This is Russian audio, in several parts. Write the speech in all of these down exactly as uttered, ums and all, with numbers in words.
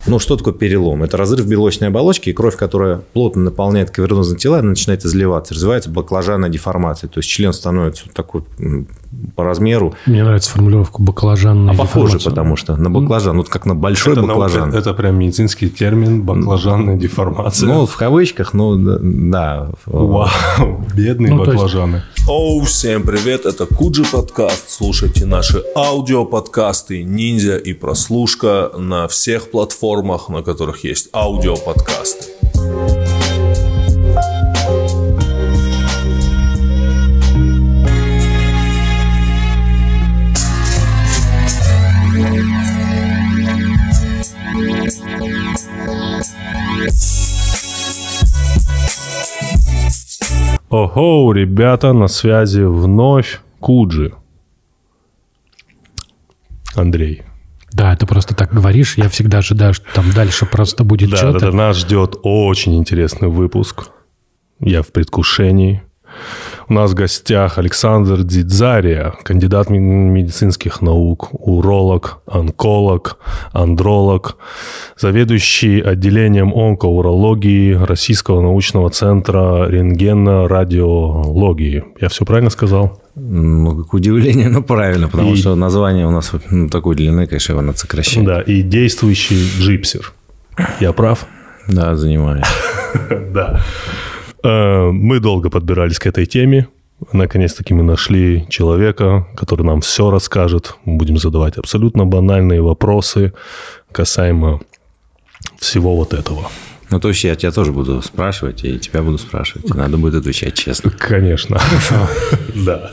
Ну, что такое перелом? Это разрыв белочной оболочки, и кровь, которая плотно наполняет кавернозные тела, она начинает изливаться. Развивается баклажанная деформация. То есть член становится вот такой по размеру. Мне нравится формулировка баклажанная а деформация. Похоже, потому что на баклажан, вот как на большой это баклажан. На, это прям медицинский термин баклажанная деформация. Ну, в кавычках, ну, да. Вау, бедные ну, баклажаны. Есть... Оу, всем привет, это Куджи подкаст. Слушайте наши аудиоподкасты «Ниндзя» и «Прослушка» на всех платформах, на которых есть аудиоподкасты. Ого, ребята, на связи вновь Куджи. Андрей. Да, ты просто так говоришь, я всегда ожидаю, что там дальше просто будет да, что-то. Да, нас ждет очень интересный выпуск. Я в предвкушении. У нас в гостях Александр Дзидзария, кандидат медицинских наук, уролог, онколог, андролог, заведующий отделением онкоурологии Российского научного центра рентгенно-радиологии. Я все правильно сказал? Ну, к удивлению, но правильно, потому и... что название у нас ну, такой длины, конечно, его надо сокращать. Да, и действующий джипсер. Я прав? Да, занимаюсь. Да. Мы долго подбирались к этой теме. Наконец-таки мы нашли человека, который нам все расскажет. Мы будем задавать абсолютно банальные вопросы касаемо всего вот этого. Ну, то есть я тебя тоже буду спрашивать, и тебя буду спрашивать. И надо будет отвечать честно. Конечно. Да.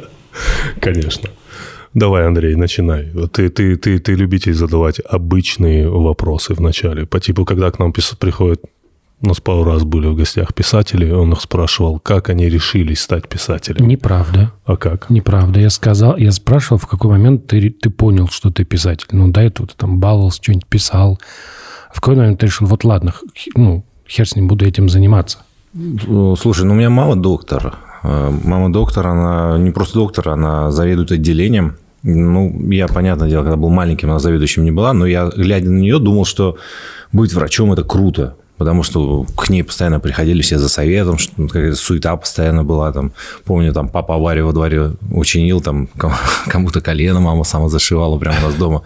Конечно. Давай, Андрей, начинай. Ты, ты, ты, ты любитель задавать обычные вопросы в начале. По типу, когда к нам приходят... У нас пару раз были в гостях писатели, он их спрашивал, как они решились стать писателем. Неправда. А как? Неправда. Я сказал, я спрашивал, в какой момент ты, ты понял, что ты писатель. Ну, до этого ты там баловался, что-нибудь писал. В какой момент ты решил, вот ладно, ну, хер с ним, буду этим заниматься? Слушай, ну, у меня мама доктор. Мама доктор, она не просто доктор, она заведует отделением. Ну, я, понятное дело, когда был маленьким, она заведующим не была, но я, глядя на нее, думал, что быть врачом – это круто. Потому что к ней постоянно приходили все за советом, что какая-то суета постоянно была. Там, помню, там папа аварию во дворе учинил, там кому-то колено мама сама зашивала прямо у нас дома.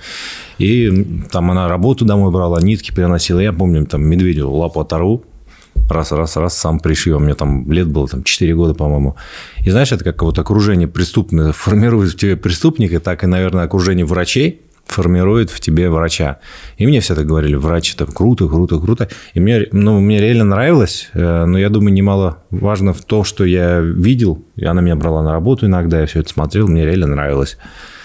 И там она работу домой брала, нитки переносила. Я помню, там медведю лапу оторву, раз, раз, раз, сам пришью. Мне там лет было там, четыре года, по-моему. И знаешь, это как вот окружение преступное формирует в тебе преступника, так и, наверное, окружение врачей формирует в тебе врача. И мне все так говорили, врач, это круто, круто, круто. И мне, ну, мне реально нравилось, но я думаю, немало важно в том, что я видел, и она меня брала на работу иногда, я все это смотрел, мне реально нравилось.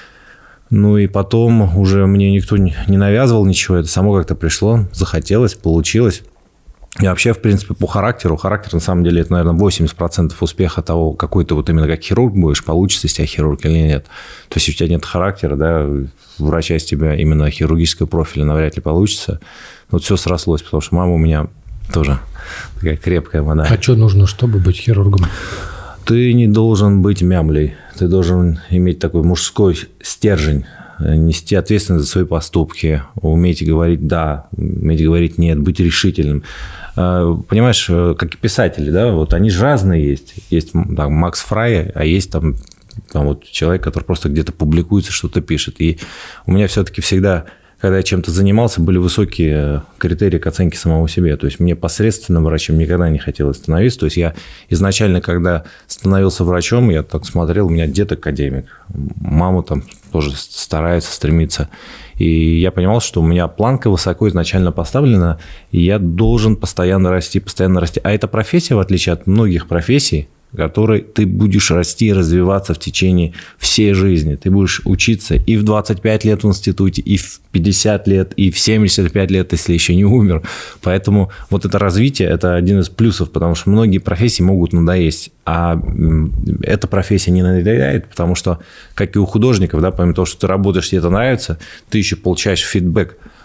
Ну, и потом уже мне никто не навязывал ничего, это само как-то пришло, захотелось, получилось. И вообще, в принципе, по характеру, характер, на самом деле, это, наверное, восемьдесят процентов успеха того, какой ты вот именно как хирург будешь, получится из тебя хирург или нет. То есть, если у тебя нет характера, да, врача из тебя именно хирургического профиля навряд ли получится. Вот все срослось, потому что мама у меня тоже такая крепкая вода. А что нужно, чтобы быть хирургом? Ты не должен быть мямлей, ты должен иметь такой мужской стержень, нести ответственность за свои поступки, уметь говорить «да», уметь говорить «нет», быть решительным. Понимаешь, как и писатели, да, вот они же разные есть. Есть там, Макс Фрай, а есть там, там вот человек, который просто где-то публикуется, что-то пишет. И у меня все-таки всегда, когда я чем-то занимался, были высокие критерии к оценке самого себя. То есть мне посредственным врачом никогда не хотелось становиться. То есть я изначально, когда становился врачом, я так смотрел, у меня дед академик, мама там тоже старается, стремится. И я понимал, что у меня планка высоко изначально поставлена, и я должен постоянно расти, постоянно расти. А эта профессия, в отличие от многих профессий, в которой ты будешь расти и развиваться в течение всей жизни. Ты будешь учиться и в двадцать пять лет в институте, и в пятьдесят лет, и в семьдесят пять лет, если еще не умер. Поэтому вот это развитие – это один из плюсов, потому что многие профессии могут надоесть, а эта профессия не надоедает, потому что, как и у художников, да, помимо того, что ты работаешь, тебе это нравится, ты еще получаешь фидбэк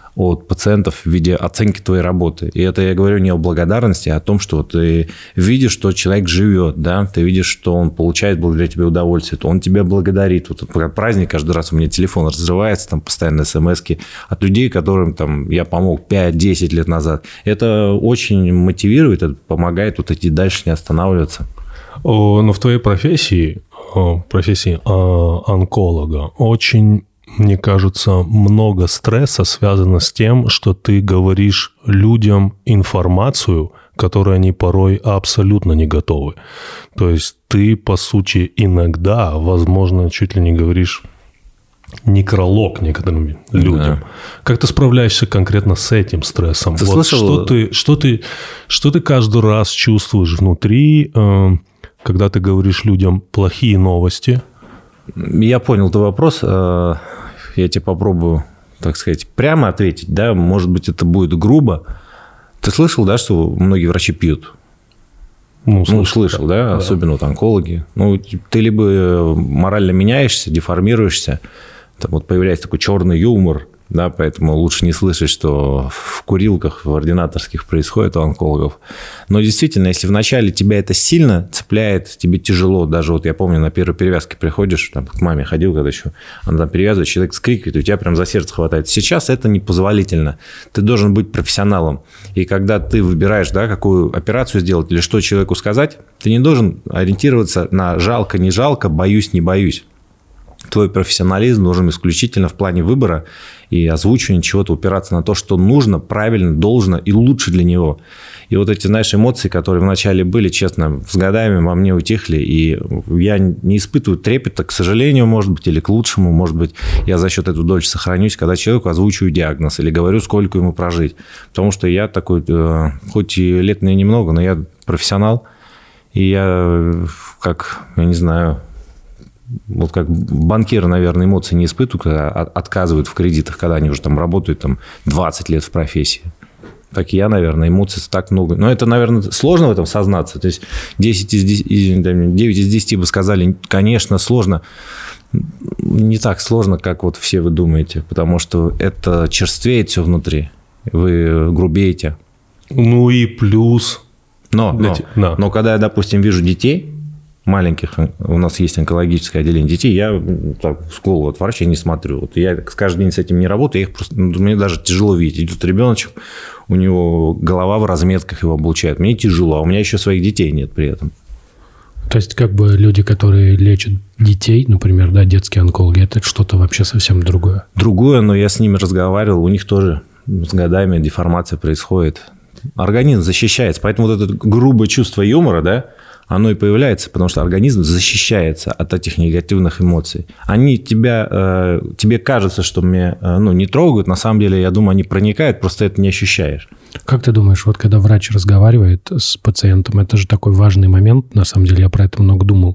от пациентов в виде оценки твоей работы. И это я говорю не о благодарности, а о том, что ты видишь, что человек живет, да, ты видишь, что он получает благодаря тебе удовольствие, то он тебя благодарит. Вот праздник, каждый раз у меня телефон разрывается, там постоянно смс-ки от людей, которым там, я помог пять-десять лет назад. Это очень мотивирует, это помогает вот идти дальше, не останавливаться. Но в твоей профессии, профессии онколога, очень... Мне кажется, много стресса связано с тем, что ты говоришь людям информацию, которой они порой абсолютно не готовы. То есть ты, по сути, иногда, возможно, чуть ли не говоришь некролог некоторым людям. Да. Как ты справляешься конкретно с этим стрессом? Ты вот слышал? Что ты, что ты, что ты каждый раз чувствуешь внутри, когда ты говоришь людям плохие новости? Я понял твой вопрос. Я тебе попробую, так сказать, прямо ответить. Да? Может быть, это будет грубо. Ты слышал, да, что многие врачи пьют? Ну, слышал, ну, слышал да? да? Особенно вот онкологи. Ну, ты либо морально меняешься, деформируешься, там вот появляется такой черный юмор, да, поэтому лучше не слышать, что в курилках, в ординаторских происходит у онкологов. Но действительно, если вначале тебя это сильно цепляет, тебе тяжело, даже вот я помню, на первой перевязке приходишь, там, к маме ходил, когда еще она там перевязывает, человек скрикивает, и у тебя прям за сердце хватает. Сейчас это непозволительно. Ты должен быть профессионалом. И когда ты выбираешь, да, какую операцию сделать или что человеку сказать, ты не должен ориентироваться на жалко, не жалко, боюсь, не боюсь. Твой профессионализм должен исключительно в плане выбора и озвучивания чего-то упираться на то, что нужно, правильно, должно и лучше для него. И вот эти, знаешь, эмоции, которые вначале были, честно, с годами во мне утихли, и я не испытываю трепета, к сожалению, может быть, или к лучшему, может быть, я за счет этого дольше сохранюсь, когда человеку озвучиваю диагноз или говорю, сколько ему прожить. Потому что я такой, хоть и лет мне немного, но я профессионал, и я, как, я не знаю... Вот как банкиры, наверное, эмоции не испытывают, когда отказывают в кредитах, когда они уже там работают там, двадцать лет в профессии. Так и я, наверное, эмоций так много. Но это, наверное, сложно в этом сознаться. То есть десять из десяти, девять из десяти бы сказали, конечно, сложно. Не так сложно, как вот все вы думаете, потому что это черствеет все внутри. Вы грубеете. Ну и плюс... Но, но, да. но когда я, допустим, вижу детей... маленьких, у нас есть онкологическое отделение детей, я так, в школу от врача не смотрю. Вот я каждый день с этим не работаю, я их просто, мне даже тяжело видеть. Идет ребеночек, у него голова в разметках его облучает. Мне тяжело, а у меня еще своих детей нет при этом. То есть, как бы люди, которые лечат детей, например, да, детские онкологи, это что-то вообще совсем другое? Другое, но я с ними разговаривал, у них тоже с годами деформация происходит. Организм защищается, поэтому вот это грубое чувство юмора, да, оно и появляется, потому что организм защищается от этих негативных эмоций. Они тебя, тебе кажется, что меня ну, не трогают, на самом деле, я думаю, они проникают, просто это не ощущаешь. Как ты думаешь, вот когда врач разговаривает с пациентом, это же такой важный момент, на самом деле, я про это много думал.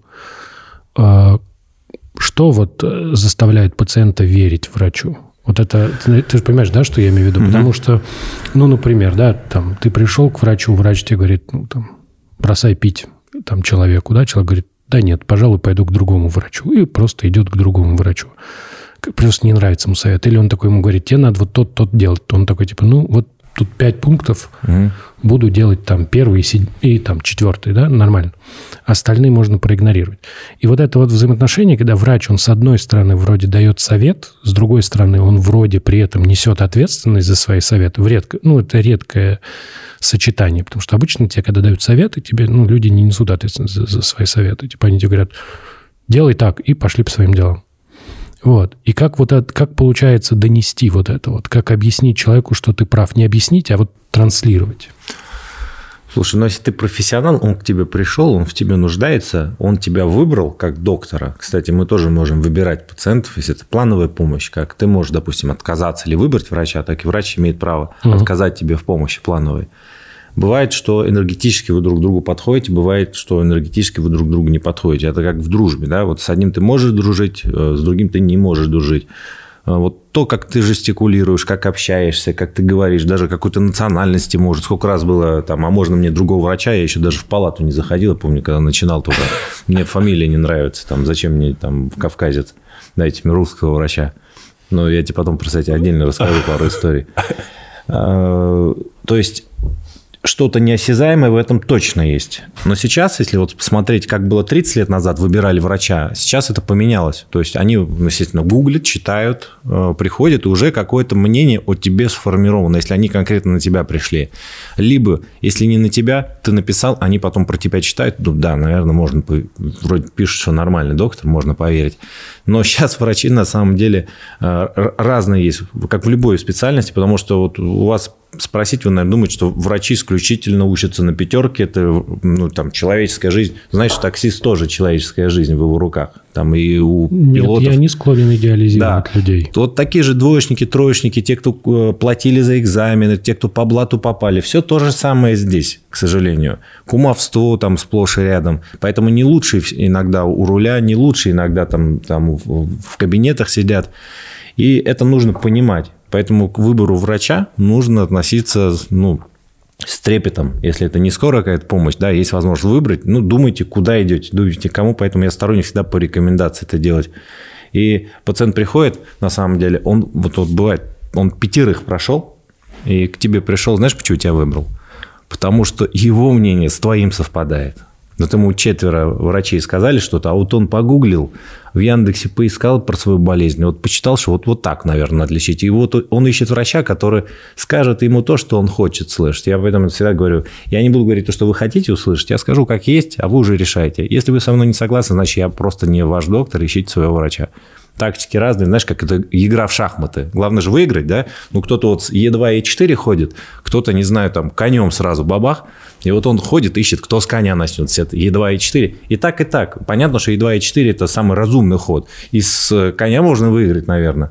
Что вот заставляет пациента верить врачу? Вот это, ты, ты же понимаешь, да, что я имею в виду? Mm-hmm. Потому что, ну, например, да, там, ты пришел к врачу, врач тебе говорит, ну, там, бросай пить. Там человеку, да, человек говорит, да нет, пожалуй, пойду к другому врачу. И просто идет к другому врачу. Просто не нравится ему совет. Или он такой ему говорит, тебе надо вот тот, тот делать. Он такой, типа, ну, вот тут пять пунктов, угу. буду делать там первый седь... и там четвертый, да, нормально. Остальные можно проигнорировать. И вот это вот взаимоотношение, когда врач, он с одной стороны вроде дает совет, с другой стороны он вроде при этом несет ответственность за свои советы. Редко, ну, это редкое сочетание, потому что обычно тебе, когда дают советы, тебе, ну, люди не несут ответственность за, за свои советы. Типа они тебе говорят, делай так, и пошли по своим делам. Вот. И как, вот это, как получается донести вот это вот? Как объяснить человеку, что ты прав? Не объяснить, а вот транслировать. Слушай, ну если ты профессионал, он к тебе пришел, он в тебе нуждается, он тебя выбрал как доктора. Кстати, мы тоже можем выбирать пациентов, если это плановая помощь, как ты можешь, допустим, отказаться или выбрать врача, так и врач имеет право угу. отказать тебе в помощи плановой. Бывает, что энергетически вы друг к другу подходите, бывает, что энергетически вы друг к другу не подходите. Это как в дружбе, да, вот с одним ты можешь дружить, с другим ты не можешь дружить. Вот то, как ты жестикулируешь, как общаешься, как ты говоришь, даже какой-то национальности может. Сколько раз было там, а можно мне другого врача, я еще даже в палату не заходил, помню, когда начинал только. Мне фамилия не нравится, там, зачем мне там кавказец, дайте мне русского врача. Но я тебе потом, кстати, отдельно расскажу пару историй. То есть... Что-то неосязаемое в этом точно есть. Но сейчас, если вот посмотреть, как было тридцать лет назад, выбирали врача, сейчас это поменялось. То есть они, естественно, гуглят, читают, приходят, и уже какое-то мнение о тебе сформировано, если они конкретно на тебя пришли. Либо, если не на тебя, ты написал, они потом про тебя читают, ну да, наверное, можно, вроде пишут, что нормальный доктор, можно поверить. Но сейчас врачи на самом деле разные есть, как в любой специальности, потому что вот у вас спросить, вы, наверное, думаете, что врачи исключительно учатся на пятерке, это, ну, там, человеческая жизнь. Знаешь, таксист тоже человеческая жизнь в его руках. Там и у пилотов. Нет, я не склонен идеализировать да. людей. Вот такие же двоечники, троечники, те, кто платили за экзамены, те, кто по блату попали. Все то же самое здесь, к сожалению. Кумовство там сплошь и рядом. Поэтому не лучшие иногда у руля, не лучшие иногда там, там в кабинетах сидят. И это нужно понимать. Поэтому к выбору врача нужно относиться, ну, с трепетом. Если это не скорая какая-то помощь, да, есть возможность выбрать, ну, думайте, куда идете, думайте, кому. Поэтому я сторонник всегда по рекомендации это делать. И пациент приходит, на самом деле, он, вот, вот бывает, он пятерых прошел, и к тебе пришел, знаешь, почему тебя выбрал? Потому что его мнение с твоим совпадает. Вот ему четверо врачей сказали что-то, а вот он погуглил, в Яндексе поискал про свою болезнь, вот почитал, что вот, вот так, наверное, надо лечить. И вот он ищет врача, который скажет ему то, что он хочет слышать. Я поэтому всегда говорю, я не буду говорить то, что вы хотите услышать, я скажу, как есть, а вы уже решаете. Если вы со мной не согласны, значит, я просто не ваш доктор, ищите своего врача. Тактики разные, знаешь, как это игра в шахматы. Главное же выиграть, да? Ну, кто-то вот с Е два, Е четыре ходит, кто-то, не знаю, там, конем сразу бабах, и вот он ходит, ищет, кто с коня начнет Е два, Е четыре. И так, и так. Понятно, что Е два, Е четыре – это самый разумный ход. И с коня можно выиграть, наверное.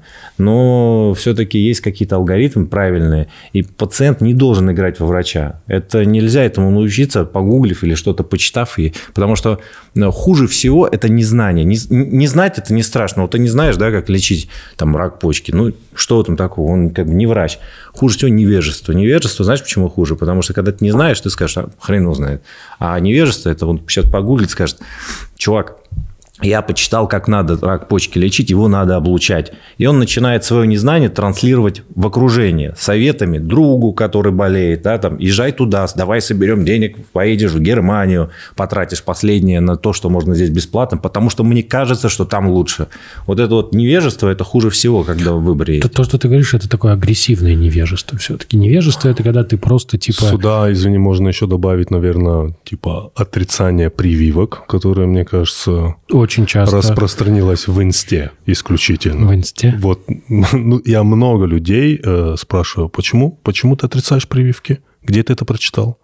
Но все-таки есть какие-то алгоритмы правильные, и пациент не должен играть во врача. Это нельзя этому научиться, погуглив или что-то почитав. Потому что хуже всего – это незнание. Не, не знать – это не страшно. Вот ты не знаешь, да, как лечить там, рак почки. Ну, что там такого? Он как бы не врач. Хуже всего невежество. Невежество, знаешь, почему хуже? Потому что, когда ты не знаешь, ты скажешь, а, хрен его знает. А невежество – это он сейчас погуглит, скажет, чувак, я почитал, как надо рак почки лечить, его надо облучать. И он начинает свое незнание транслировать в окружение советами другу, который болеет. Да, там, езжай туда, давай соберем денег, поедешь в Германию, потратишь последнее на то, что можно здесь бесплатно, потому что мне кажется, что там лучше. Вот это вот невежество, это хуже всего, когда в выборе есть. То, то, что ты говоришь, это такое агрессивное невежество все-таки. Невежество – это когда ты просто типа… Сюда, извини, можно еще добавить, наверное, типа отрицание прививок, которые, мне кажется… Очень часто. Распространилась в инсте исключительно. В инсте? Вот, ну, я много людей э, спрашиваю, почему? Почему ты отрицаешь прививки? Где ты это прочитал?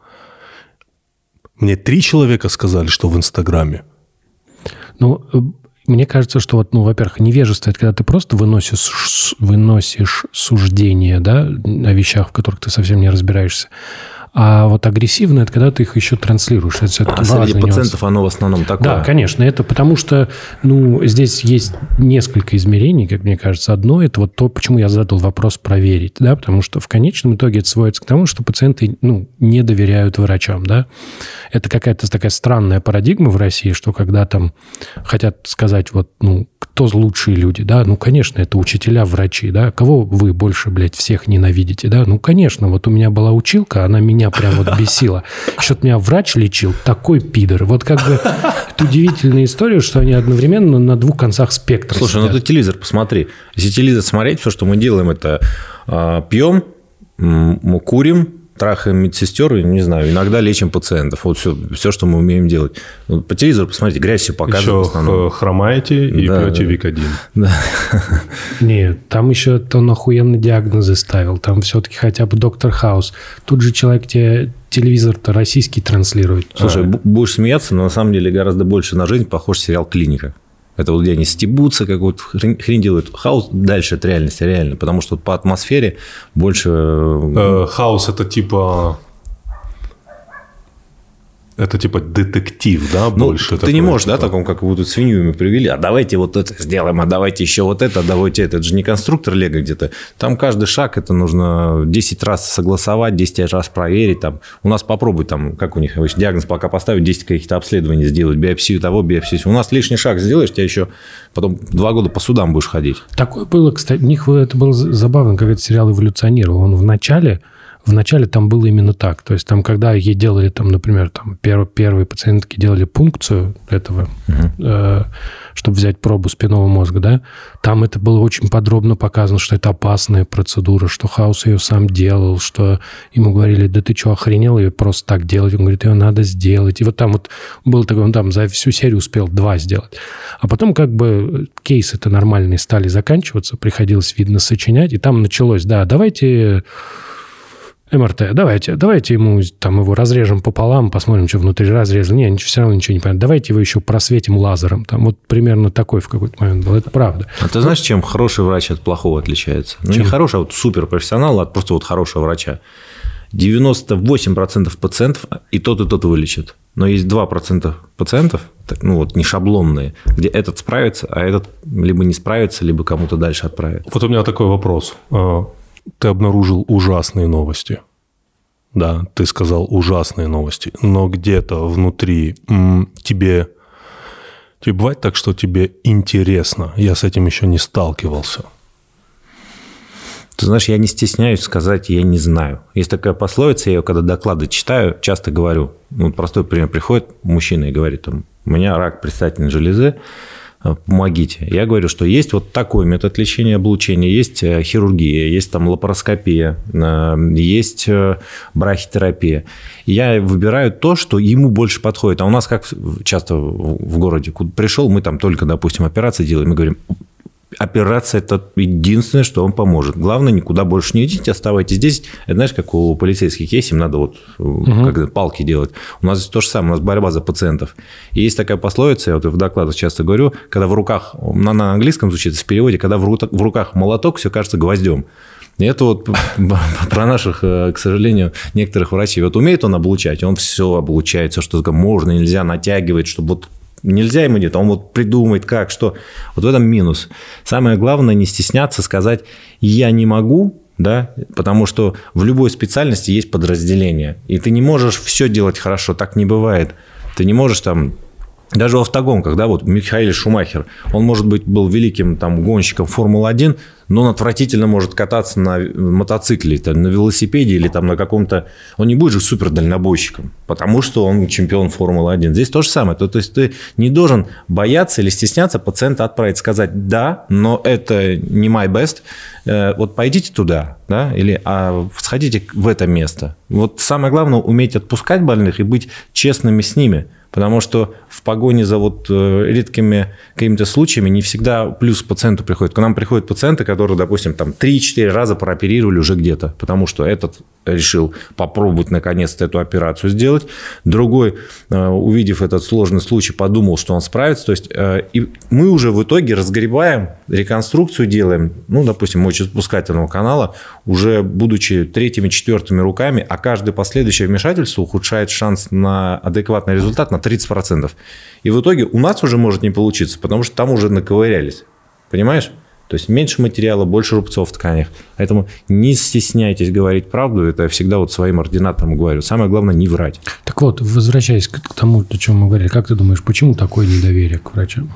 Мне три человека сказали, что в Инстаграме. Ну, мне кажется, что, вот, ну, во-первых, невежество – это когда ты просто выносишь, выносишь суждения, да, о вещах, в которых ты совсем не разбираешься. А вот агрессивно – это когда ты их еще транслируешь. Это а среди пациентов нюанс. Оно в основном такое? Да, конечно. Это потому что ну, здесь есть несколько измерений, как мне кажется. Одно – это вот то, почему я задал вопрос проверить. Да? Потому что в конечном итоге это сводится к тому, что пациенты ну, не доверяют врачам. Да? Это какая-то такая странная парадигма в России, что когда там хотят сказать, вот, ну, кто лучшие люди, да, ну, конечно, это учителя, врачи, да, кого вы больше, блядь, всех ненавидите, да, ну, конечно, вот у меня была училка, она меня прям вот бесила, что-то меня врач лечил, такой пидор, вот как бы это удивительная история, что они одновременно на двух концах спектра Слушай, сидят. Ну, ты телевизор посмотри, если телевизор смотреть, все, что мы делаем, это э, пьем, мы курим, трахаем медсестер, и, не знаю, иногда лечим пациентов. Вот все, все, что мы умеем делать. По телевизору посмотрите, грязь все показывает. Еще в основном. хромаете и да, пьете да. Викодин. Да. Нет, там еще он охуенные диагнозы ставил. Там все-таки хотя бы доктор Хаус. Тут же человек тебе телевизор-то российский транслирует. Слушай, а. будешь смеяться, но на самом деле гораздо больше на жизнь похож сериал «Клиника». Это вот где они стебутся, какую-то хрень, хрень делают. Хаус дальше от реальности, реально. Потому что по атмосфере больше… Э, хаус – это типа… Это типа детектив, да, ну, больше? Ты такой, не можешь, типа... да, таком, как будто свинью мы привели, а давайте вот это сделаем, а давайте еще вот это, а давайте это. Это же не конструктор Лего где-то. Там каждый шаг, это нужно десять раз согласовать, десять раз проверить. Там. У нас попробуй, там, как у них, диагноз пока поставить, десять каких-то обследований сделать, биопсию того, биопсию. У нас лишний шаг сделаешь, тебя еще потом два года по судам будешь ходить. Такое было, кстати, у них это было забавно, как этот сериал эволюционировал. Он в начале... В начале там было именно так. То есть, там, когда ей делали, там, например, там, перв, первые пациентки делали пункцию этого, uh-huh. э, чтобы взять пробу спинного мозга, да, там это было очень подробно показано, что это опасная процедура, что Хаус ее сам делал, что ему говорили, да ты что, охренел ее просто так делать? Он говорит, ее надо сделать. И вот там вот был такой, он там за всю серию успел два сделать. А потом как бы кейсы-то нормальные стали заканчиваться, приходилось, видно, сочинять, и там началось, да, давайте... эм эр тэ, давайте, давайте ему там его разрежем пополам, посмотрим, что внутри разрезали. Не, ничего, все равно ничего не понятно. Давайте его еще просветим лазером. Там вот примерно такой в какой-то момент был. Это правда. А ты знаешь, чем хороший врач от плохого отличается? Ну, чем? Не хороший, а вот суперпрофессионал от просто вот хорошего врача. девяносто восемь процентов пациентов и тот, и тот вылечат. Но есть два процента пациентов, ну вот не шаблонные, где этот справится, а этот либо не справится, либо кому-то дальше отправит. Вот у меня такой вопрос. Ты обнаружил ужасные новости. Да, ты сказал ужасные новости. Но где-то внутри м, тебе... Тебе бывает так, что тебе интересно? Я с этим еще не сталкивался. Ты знаешь, я не стесняюсь сказать, я не знаю. Есть такая пословица, я ее когда доклады читаю, часто говорю. Ну, простой пример. Приходит мужчина и говорит, там, у меня рак предстательной железы, помогите. Я говорю, что есть вот такой метод лечения облучения, есть хирургия, есть там лапароскопия, есть брахитерапия. Я выбираю то, что ему больше подходит. А у нас как часто в городе, куда пришел, мы там только, допустим, операции делаем, мы говорим, операция – это единственное, что вам поможет. Главное, никуда больше не идите, оставайтесь здесь. Это знаешь, как у полицейских есть, им надо вот угу. как палки делать. У нас здесь то же самое, у нас борьба за пациентов. И есть такая пословица, я вот в докладах часто говорю, когда в руках, на, на английском звучит в переводе, когда в руках, в руках молоток, все кажется гвоздем. И это вот про наших, к сожалению, некоторых врачей. Вот умеет он облучать, он все облучает, все, что можно, нельзя, натягивает, чтобы вот нельзя ему нет, он вот придумает как, что. Вот в этом минус. Самое главное не стесняться сказать «я не могу», да, потому что в любой специальности есть подразделение, и ты не можешь все делать хорошо, так не бывает. Ты не можешь там... Даже в автогонках, да, вот Михаэль Шумахер, он, может быть, был великим там гонщиком Формулы один, но он отвратительно может кататься на мотоцикле, там, на велосипеде или там на каком-то... Он не будет же супердальнобойщиком, потому что он чемпион Формулы один. Здесь то же самое. То, то есть ты не должен бояться или стесняться пациента отправить, сказать «да, но это не my best, вот пойдите туда», да, или а, «сходите в это место». Вот самое главное – уметь отпускать больных и быть честными с ними. Потому что в погоне за вот редкими какими-то случаями не всегда плюс пациенту приходит. К нам приходят пациенты, которые, допустим, там три-четыре раза прооперировали уже где-то, потому что этот решил попробовать наконец-то эту операцию сделать. Другой, увидев этот сложный случай, подумал, что он справится. То есть и мы уже в итоге разгребаем, реконструкцию делаем, ну, допустим, мочеиспускательного канала, уже будучи третьими, четвертыми руками, а каждое последующее вмешательство ухудшает шанс на адекватный результат на тридцать процентов. И в итоге у нас уже может не получиться, потому что там уже наковырялись. Понимаешь? То есть меньше материала, больше рубцов в тканях. Поэтому не стесняйтесь говорить правду. Это я всегда вот своим ординаторам говорю. Самое главное – не врать. Так вот, возвращаясь к тому, о чем мы говорили, как ты думаешь, почему такое недоверие к врачам?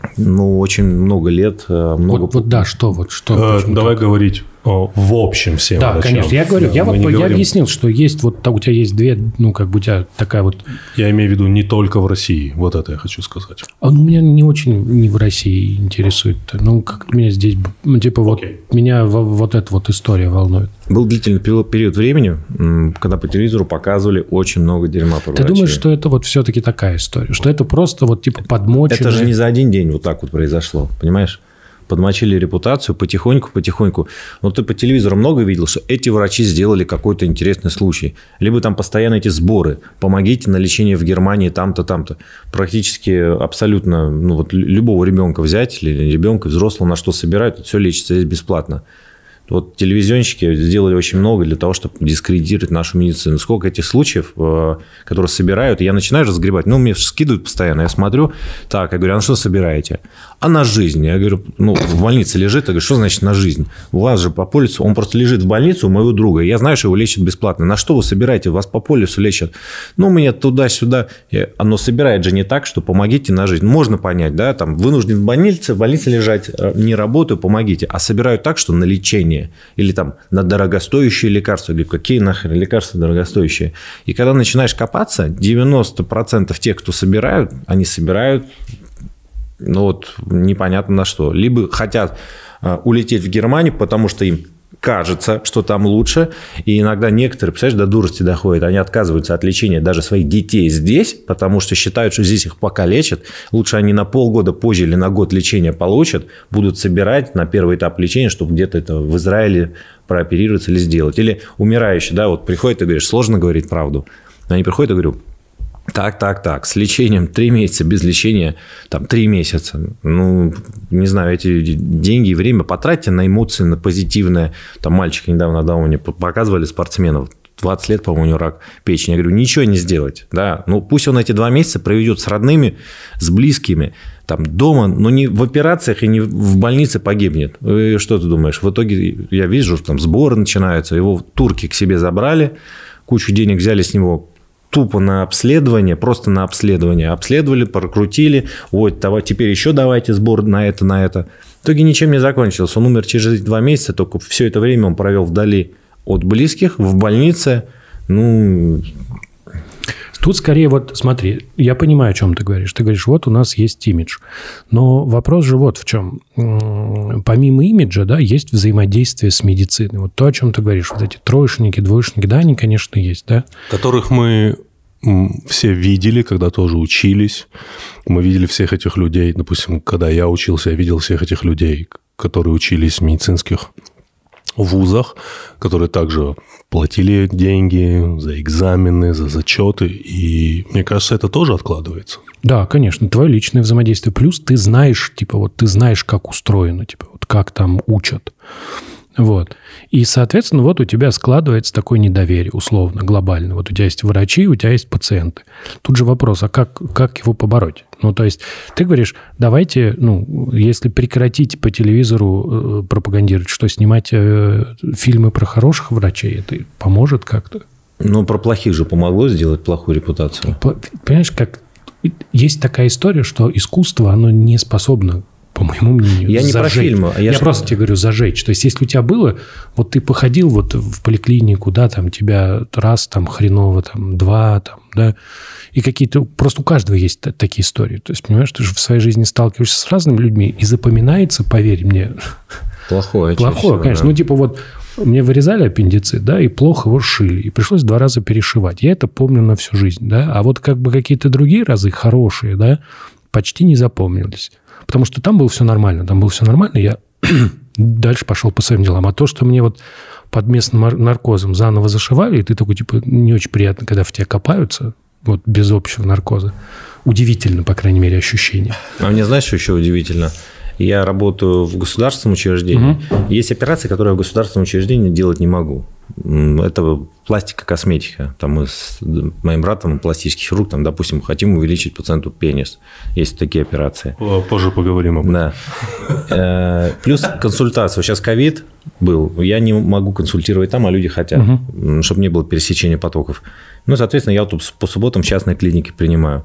Ну, очень много лет. Много... Вот, вот да, что? Вот, что э, давай так? говорить о, в общем всем. Да, врачам. конечно. Я говорю, да, я, вот, я говорим... объяснил, что есть вот у тебя есть две, ну, как бы у тебя такая вот... Я имею в виду не только в России. Вот это я хочу сказать. А ну, меня не очень не в России интересует. Ну, как меня здесь... Ну, типа, вот okay. меня вот эта вот история волнует. Был длительный период времени, когда по телевизору показывали очень много дерьма про Ты врачей. думаешь, что это вот все-таки такая история? Что это просто вот типа подмоченное... Это же не за один день вот так вот произошло, понимаешь? Подмочили репутацию потихоньку-потихоньку. Но ты по телевизору много видел, что эти врачи сделали какой-то интересный случай. Либо там постоянно эти сборы. Помогите на лечение в Германии там-то, там-то. Практически абсолютно ну, вот любого ребенка взять, или ребенка, взрослого, на что собирают, все лечится здесь бесплатно. Вот телевизионщики сделали очень много для того, чтобы дискредитировать нашу медицину. Сколько этих случаев, которые собирают, и я начинаю разгребать. Ну, мне скидывают постоянно. Я смотрю, так, я говорю, а на что собираете? А на жизнь. Я говорю, ну, в больнице лежит. Я говорю, что значит на жизнь? У вас же по полису, он просто лежит в больнице у моего друга. Я знаю, что его лечат бесплатно. На что вы собираете? Вас по полису лечат. Ну, меня туда-сюда. Оно собирает же не так, что помогите на жизнь. Можно понять, да, там, вынужден в больнице, в больнице лежать, не работаю, помогите. А собирают так, что на лечение. Или там на дорогостоящие лекарства. Я говорю, какие нахрен лекарства дорогостоящие? И когда начинаешь копаться, девяносто процентов тех, кто собирают, они собирают, ну вот, непонятно на что. Либо хотят улететь в Германию, потому что им кажется, что там лучше. И иногда некоторые, представляешь, до дурости доходят. Они отказываются от лечения даже своих детей здесь, потому что считают, что здесь их пока лечат. Лучше они на полгода позже или на год лечения получат, будут собирать на первый этап лечения, чтобы где-то это в Израиле прооперироваться или сделать. Или умирающий, да, вот приходит и говоришь, сложно говорить правду. Они приходят и говорю, так, так, так, с лечением три месяца, без лечения там три месяца. Ну, не знаю, эти деньги и время потратьте на эмоции, на позитивное. Там мальчика недавно на мне показывали спортсменов, двадцать лет, по-моему, у него рак печени. Я говорю, ничего не сделать. Да? Ну, пусть он эти два месяца проведет с родными, с близкими, там, дома, но не в операциях и не в больнице погибнет. И что ты думаешь? В итоге я вижу, что там сборы начинаются, его турки к себе забрали, кучу денег взяли с него, тупо на обследование, просто на обследование. Обследовали, прокрутили. Вот, теперь еще давайте сбор на это, на это. В итоге ничем не закончилось. Он умер через два месяца, только все это время он провел вдали от близких, в больнице. Ну... Тут скорее вот, смотри, я понимаю, о чем ты говоришь. Ты говоришь, вот у нас есть имидж. Но вопрос же вот в чем. Помимо имиджа, да, есть взаимодействие с медициной. Вот то, о чем ты говоришь. Вот эти троечники, двоечники, да, они, конечно, есть, да? Которых мы все видели, когда тоже учились. Мы видели всех этих людей. Допустим, когда я учился, я видел всех этих людей, которые учились в медицинских вузах, которые также платили деньги за экзамены, за зачеты. И мне кажется, это тоже откладывается. Да, конечно, твое личное взаимодействие. Плюс ты знаешь, типа, вот ты знаешь, как устроено, типа, вот как там учат. Вот. И, соответственно, вот у тебя складывается такое недоверие, условно, глобально. Вот у тебя есть врачи, у тебя есть пациенты. Тут же вопрос, а как, как его побороть? Ну, то есть, ты говоришь, давайте, ну, если прекратить по телевизору пропагандировать, что снимать э, фильмы про хороших врачей, это поможет как-то? Ну, про плохих же помогло сделать плохую репутацию. Понимаешь, как... Есть такая история, что искусство, оно не способно, по моему мнению, я не зажечь. про фильмы. А я я ж... просто тебе говорю, зажечь. То есть, если у тебя было, вот ты походил вот в поликлинику, да, там тебя раз, там, хреново, там, два, там, да, и какие-то... Просто у каждого есть такие истории. То есть, понимаешь, ты же в своей жизни сталкиваешься с разными людьми, и запоминается, поверь мне... Плохое. Плохое, всего, конечно. Да. Ну, типа вот... Мне вырезали аппендицит, да, и плохо его шили. И пришлось два раза перешивать. Я это помню на всю жизнь, да. А вот как бы какие-то другие разы, хорошие, да, почти не запомнились. Потому что там было все нормально. Там было все нормально, я дальше пошел по своим делам. А то, что мне вот под местным наркозом заново зашивали, и ты такой, типа, не очень приятно, когда в тебя копаются, вот без общего наркоза. Удивительно, по крайней мере, ощущение. А мне знаешь, что еще удивительно? Я работаю в государственном учреждении. Угу. Есть операции, которые я в государственном учреждении делать не могу. Это пластика, косметика. Там мы с моим братом, пластический хирург, там, допустим, хотим увеличить пациенту пенис. Есть такие операции. Позже поговорим об этом. Да. Плюс консультация. Сейчас ковид был. Я не могу консультировать там, а люди хотят, угу. чтобы не было пересечения потоков. Ну, соответственно, я вот по субботам в частной клинике принимаю.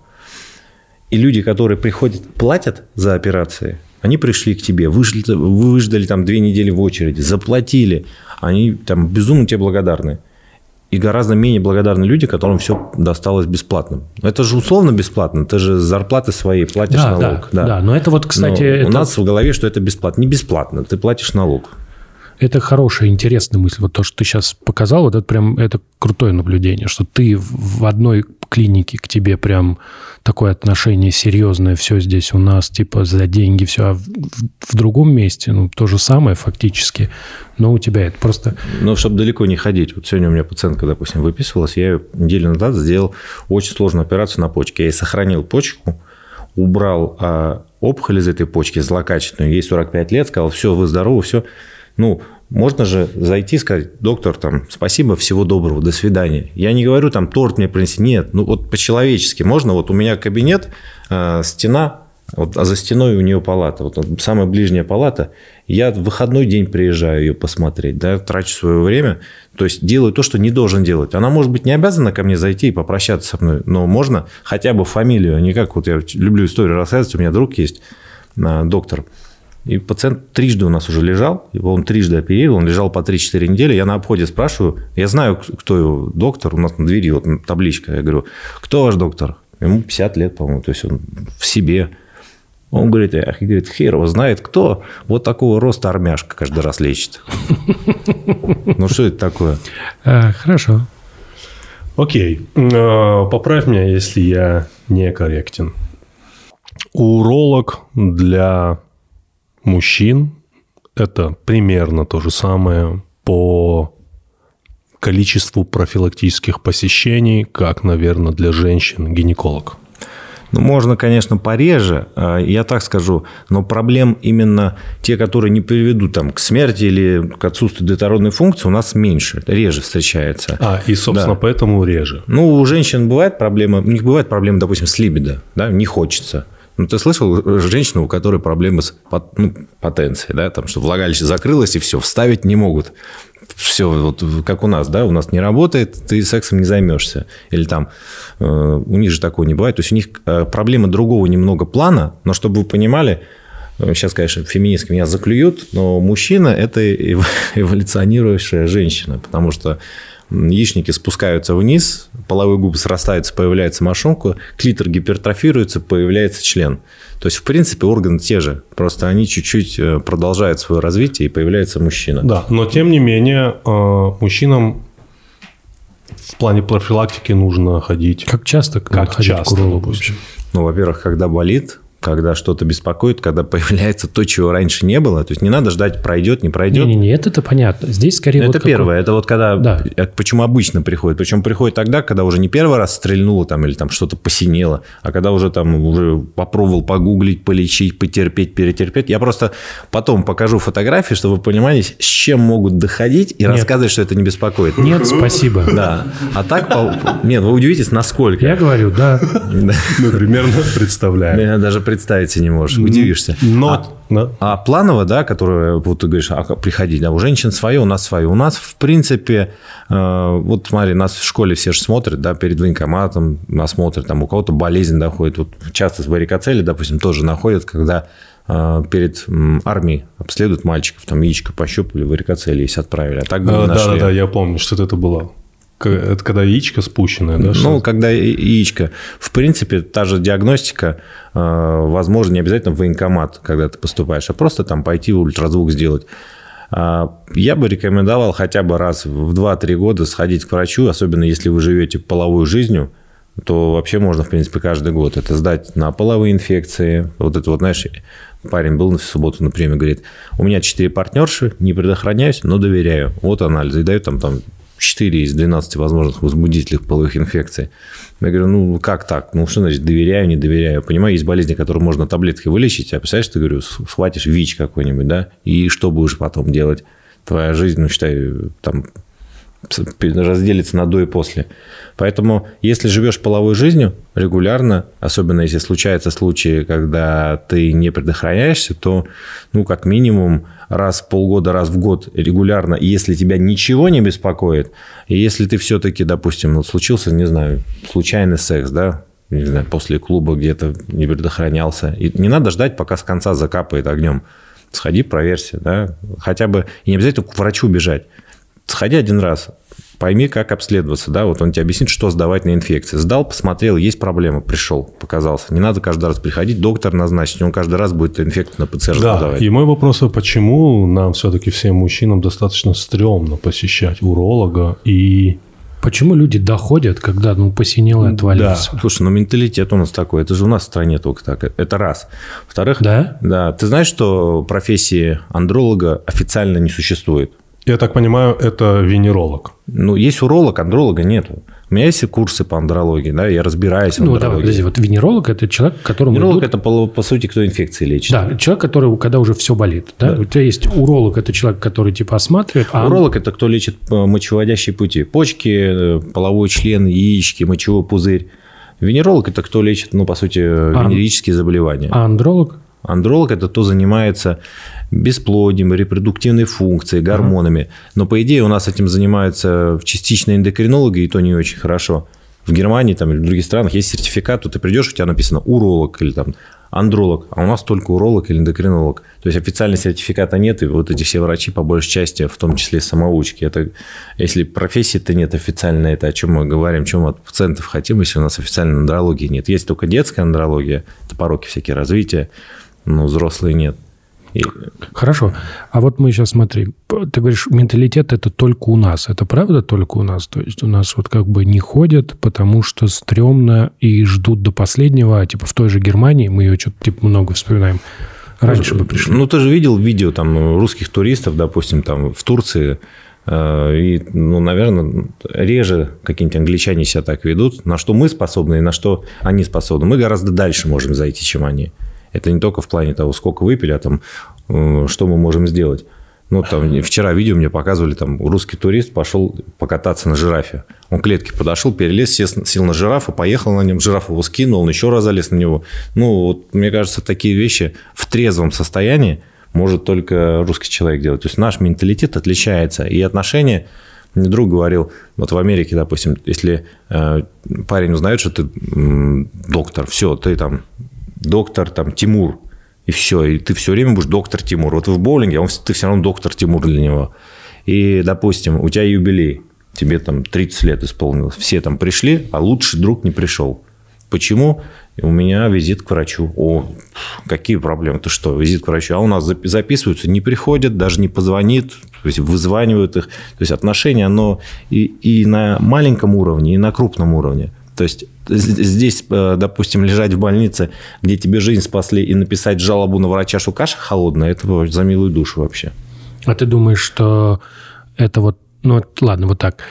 И люди, которые приходят, платят за операции, они пришли к тебе, выждали, выждали там две недели в очереди, заплатили. Они там безумно тебе благодарны. И гораздо менее благодарны люди, которым все досталось бесплатно. Это же условно бесплатно. Ты же зарплаты свои платишь да, налог. Да, да, да, но это вот, кстати... Это... У нас в голове, что это бесплатно. Не бесплатно, ты платишь налог. Это хорошая, интересная мысль. Вот то, что ты сейчас показал, вот это прям это крутое наблюдение, что ты в одной клинике к тебе прям такое отношение серьезное, все здесь у нас, типа, за деньги, все, а в, в другом месте, ну, то же самое фактически, но у тебя это просто... Ну, чтобы далеко не ходить. Вот сегодня у меня пациентка, допустим, выписывалась, я ее неделю назад сделал очень сложную операцию на почке. Я ей сохранил почку, убрал а, опухоль из этой почки, злокачественную, ей сорок пять лет, сказал, все, вы здоровы, все. Ну, можно же зайти и сказать: доктор, там, спасибо, всего доброго, до свидания. Я не говорю, там, торт мне принеси. Нет, ну, вот по-человечески можно. Вот у меня кабинет, э, стена, вот, а за стеной у нее палата. Вот самая ближняя палата. Я в выходной день приезжаю ее посмотреть, да, трачу свое время. То есть, делаю то, что не должен делать. Она, может быть, не обязана ко мне зайти и попрощаться со мной, но можно хотя бы фамилию. Не как вот я люблю историю рассказывать. У меня друг есть, доктор. И пациент трижды у нас уже лежал, его он трижды оперировал, он лежал по три-четыре недели. Я на обходе спрашиваю, я знаю, кто его доктор, у нас на двери вот табличка. Я говорю: кто ваш доктор? Ему пятьдесят лет, по-моему, то есть он в себе. Он говорит, эх, говорит, хер его знает, кто вот такого роста армяшка каждый раз лечит. Ну, что это такое? Хорошо. Окей. Поправь меня, если я некорректен. Уролог для мужчин – это примерно то же самое по количеству профилактических посещений, как, наверное, для женщин гинеколог. Ну, можно, конечно, пореже, я так скажу, но проблем именно те, которые не приведут там, к смерти или к отсутствию детородной функции, у нас меньше, реже встречается. А, и, собственно, да. Поэтому реже. Ну, у женщин бывает проблема, у них бывает проблема, допустим, с либидо, да, не хочется. Ну, ты слышал женщину, у которой проблемы с ну, потенцией, да, там, что влагалище закрылось, и все, вставить не могут. Все, вот как у нас, да, у нас не работает, ты сексом не займешься. Или там э, у них же такого не бывает. То есть у них э, проблема другого немного плана, но чтобы вы понимали, э, сейчас, конечно, феминистки меня заклюют, но мужчина – это эволюционирующая женщина, потому что яичники спускаются вниз, половые губы срастаются, появляется мошонка, клитор гипертрофируется, появляется член. То есть, в принципе, органы те же, просто они чуть-чуть продолжают свое развитие, и появляется мужчина. Да, но тем не менее, мужчинам в плане профилактики нужно ходить. Как часто? Как ходить часто, к урологу? допустим? Ну, во-первых, когда болит, когда что-то беспокоит, когда появляется то, чего раньше не было. То есть, не надо ждать, пройдет, не пройдет. Не-не-не, это-то понятно. Здесь скорее... Это вот первое. какой... Это вот когда... Да. Почему обычно приходит? Причем приходит тогда, когда уже не первый раз стрельнуло там, или там что-то посинело, а когда уже там уже попробовал погуглить, полечить, потерпеть, перетерпеть. Я просто потом покажу фотографии, чтобы вы понимали, с чем могут доходить, и Нет. рассказывать, что это не беспокоит. Нет, спасибо. Да. А так... Нет, вы удивитесь, насколько. Я говорю, да. Мы примерно представляем. Я даже представить себе не можешь. Удивишься. Но, а, да. а планово, да, которое вот ты говоришь, а приходить, да, у женщин свое, у нас свое. У нас, в принципе, э, вот смотри, нас в школе все же смотрят, да, перед военкоматом, нас смотрят, там у кого-то болезнь доходит. Вот часто с варикоцели, допустим, тоже находят, когда э, перед м, армией обследуют мальчиков, там яичко пощупали, варикоцели есть, отправили. А так бы не нашли. Да-да-да, я помню, что это было. Это когда яичко спущенное, да? Ну, что? когда яичко. В принципе, та же диагностика, возможно, не обязательно в военкомат, когда ты поступаешь, а просто там пойти ультразвук сделать. Я бы рекомендовал хотя бы раз в два-три года сходить к врачу, особенно если вы живете половой жизнью, то вообще можно, в принципе, каждый год это сдать на половые инфекции. Вот это вот, знаешь, парень был в субботу на приеме, говорит, у меня четыре партнерши, не предохраняюсь, но доверяю. Вот анализы, и дают там, там четыре из двенадцати возможных возбудителей половых инфекций. Я говорю, ну, как так? Ну, что значит доверяю, не доверяю? Понимаю, есть болезни, которые можно таблеткой вылечить, а представляешь, ты, говорю, схватишь ВИЧ какой-нибудь, да, и что будешь потом делать? Твоя жизнь, ну, считай, там разделится на до и после. Поэтому, если живешь половой жизнью регулярно, особенно если случаются случаи, когда ты не предохраняешься, то, ну, как минимум, раз в полгода, раз в год регулярно, если тебя ничего не беспокоит, и если ты все-таки, допустим, ну, случился, не знаю, случайный секс, да, не знаю, после клуба где-то не предохранялся, и не надо ждать, пока с конца закапает огнем. Сходи, проверься, да, хотя бы, и не обязательно к врачу бежать. Сходи один раз, пойми, как обследоваться, да, вот он тебе объяснит, что сдавать на инфекции. Сдал, посмотрел, есть проблема, пришел, показался. Не надо каждый раз приходить, доктор назначить, он каждый раз будет инфекцию на ПЦР да, сдавать. И мой вопрос, а почему нам все-таки всем мужчинам достаточно стрёмно посещать уролога и... Почему люди доходят, когда, ну, посинело и отвалится? Да. Слушай, ну, менталитет у нас такой. Это же у нас в стране только так. Это раз. Во-вторых, да? Да, ты знаешь, что профессии андролога официально не существует? Я так понимаю, это венеролог. Ну, есть уролог, андролога нету. У меня есть курсы по андрологии, да, я разбираюсь в ну, андрологии. Давай, подожди, вот венеролог – это человек, которому Венеролог идут... – это, по, по сути, кто инфекции лечит. Да, человек, который, когда уже все болит. Да? Да. У тебя есть уролог – это человек, который типа осматривает. А... Уролог – это кто лечит мочеводящие пути. Почки, половой член, яички, мочевой пузырь. Венеролог – это кто лечит, ну, по сути, а... венерические заболевания. А андролог? Андролог – это кто занимается бесплодием, репродуктивной функцией, гормонами. Uh-huh. Но, по идее, у нас этим занимаются частично эндокринологи, и то не очень хорошо. В Германии там, или в других странах есть сертификат, то ты придешь, у тебя написано уролог или там андролог, а у нас только уролог или эндокринолог. То есть официального сертификата нет, и вот эти все врачи, по большей части, в том числе самоучки. Это, если профессии-то нет официальной, это о чем мы говорим, чем мы от пациентов хотим, если у нас официальной андрологии нет. Есть только детская андрология, это пороки всякие развития, но взрослые нет. И... Хорошо. А вот мы сейчас, смотри, ты говоришь, менталитет – это только у нас. Это правда только у нас? То есть у нас вот как бы не ходят, потому что стрёмно и ждут до последнего. Типа в той же Германии, мы ее что-то типа много вспоминаем, раньше ну, бы пришли. Ну, ты же видел видео там русских туристов, допустим, там в Турции, и, ну, наверное, реже какие-нибудь англичане себя так ведут, на что мы способны и на что они способны. Мы гораздо дальше можем зайти, чем они. Это не только в плане того, сколько выпили, а там, что мы можем сделать. Ну, там, вчера видео мне показывали, там, русский турист пошел покататься на жирафе. Он к клетке подошел, перелез, сел, сел на жирафа, поехал на нем, жираф его скинул, он еще раз залез на него. Ну, вот, мне кажется, такие вещи в трезвом состоянии может только русский человек делать. То есть наш менталитет отличается, и отношения... Мне друг говорил, вот в Америке, допустим, если э, парень узнает, что ты м, доктор, все, ты там... доктор там Тимур, и все, и ты все время будешь доктор Тимур. Вот вы в боулинге, он, ты все равно доктор Тимур для него. И, допустим, у тебя юбилей, тебе там тридцать лет исполнилось, все там пришли, а лучший друг не пришел. Почему? У меня визит к врачу. О, какие проблемы? Ты что, визит к врачу? А у нас записываются, не приходят, даже не позвонит, то есть вызванивают их. То есть отношения, оно и, и на маленьком уровне, и на крупном уровне. То есть здесь, допустим, лежать в больнице, где тебе жизнь спасли, и написать жалобу на врача, что каша холодная, это за милую душу вообще. А ты думаешь, что это вот... Ну, ладно, вот так.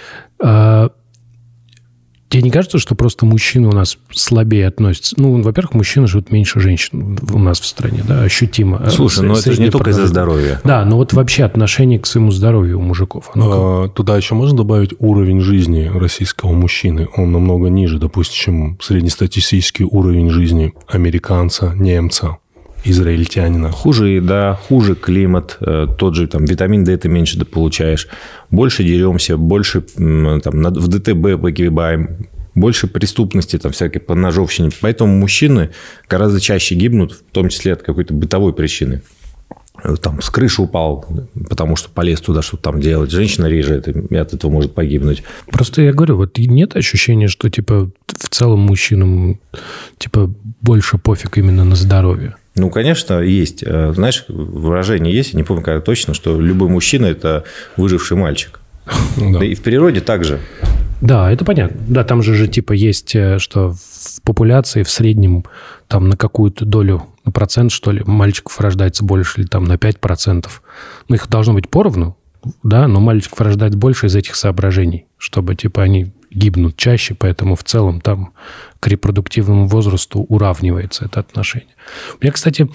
Тебе не кажется, что просто мужчины у нас слабее относятся? Ну, во-первых, мужчины живут меньше женщин у нас в стране, да, ощутимо. Слушай, ну это же не только из-за здоровья. Да, но вот вообще отношение к своему здоровью у мужиков. А, туда еще можно добавить уровень жизни российского мужчины. Он намного ниже, допустим, чем среднестатистический уровень жизни американца, немца, израильтянина. Хуже еда, хуже климат, тот же там витамин D ты меньше получаешь, больше деремся, больше там, в ДТБ погибаем, больше преступности, там, всякой поножовщины. Поэтому мужчины гораздо чаще гибнут, в том числе от какой-то бытовой причины. Там с крыши упал, потому что полез туда что-то там делать. Женщина реже и от этого может погибнуть. Просто я говорю, вот нет ощущения, что типа в целом мужчинам типа больше пофиг именно на здоровье? Ну, конечно, есть. Знаешь, выражение есть, я не помню, когда точно, что любой мужчина – это выживший мальчик. Да. Да и в природе также. Да, это понятно. Да, там же, же типа есть, что в популяции в среднем там на какую-то долю, на процент, что ли, мальчиков рождается больше, или там на пять процентов. Ну, их должно быть поровну, да, но мальчиков рождается больше из этих соображений, чтобы, типа, они гибнут чаще, поэтому в целом там к репродуктивному возрасту уравнивается это отношение. У меня, кстати,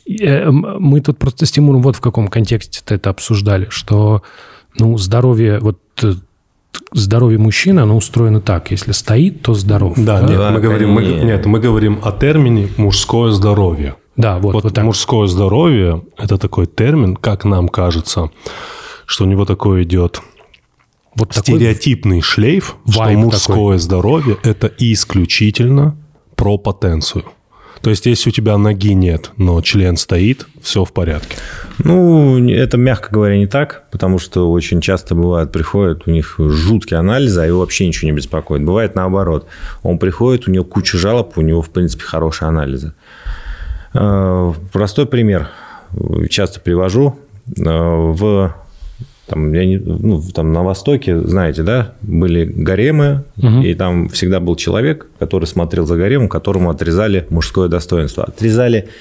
мы тут просто с Тимуром вот в каком контексте это обсуждали, что, ну, здоровье, вот здоровье мужчины, оно устроено так, если стоит, то здоров. Да, да? Нет, мы говорим, мы, нет, мы говорим о термине «мужское здоровье». Да, вот, вот, вот так. Мужское здоровье – это такой термин, как нам кажется, что у него такой идет... Вот стереотипный шлейф, что мужское такой. Здоровье – это исключительно про потенцию. То есть, если у тебя ноги нет, но член стоит, все в порядке. Ну, это, мягко говоря, не так, потому что очень часто бывает, приходят, у них жуткие анализы, а его вообще ничего не беспокоит. Бывает наоборот. Он приходит, у него куча жалоб, у него, в принципе, хорошие анализы. Простой пример. Часто привожу. В... Там, я не, ну, там на Востоке, знаете, да, были гаремы, угу. И там всегда был человек, который смотрел за гаремом, которому отрезали мужское достоинство. Отрезали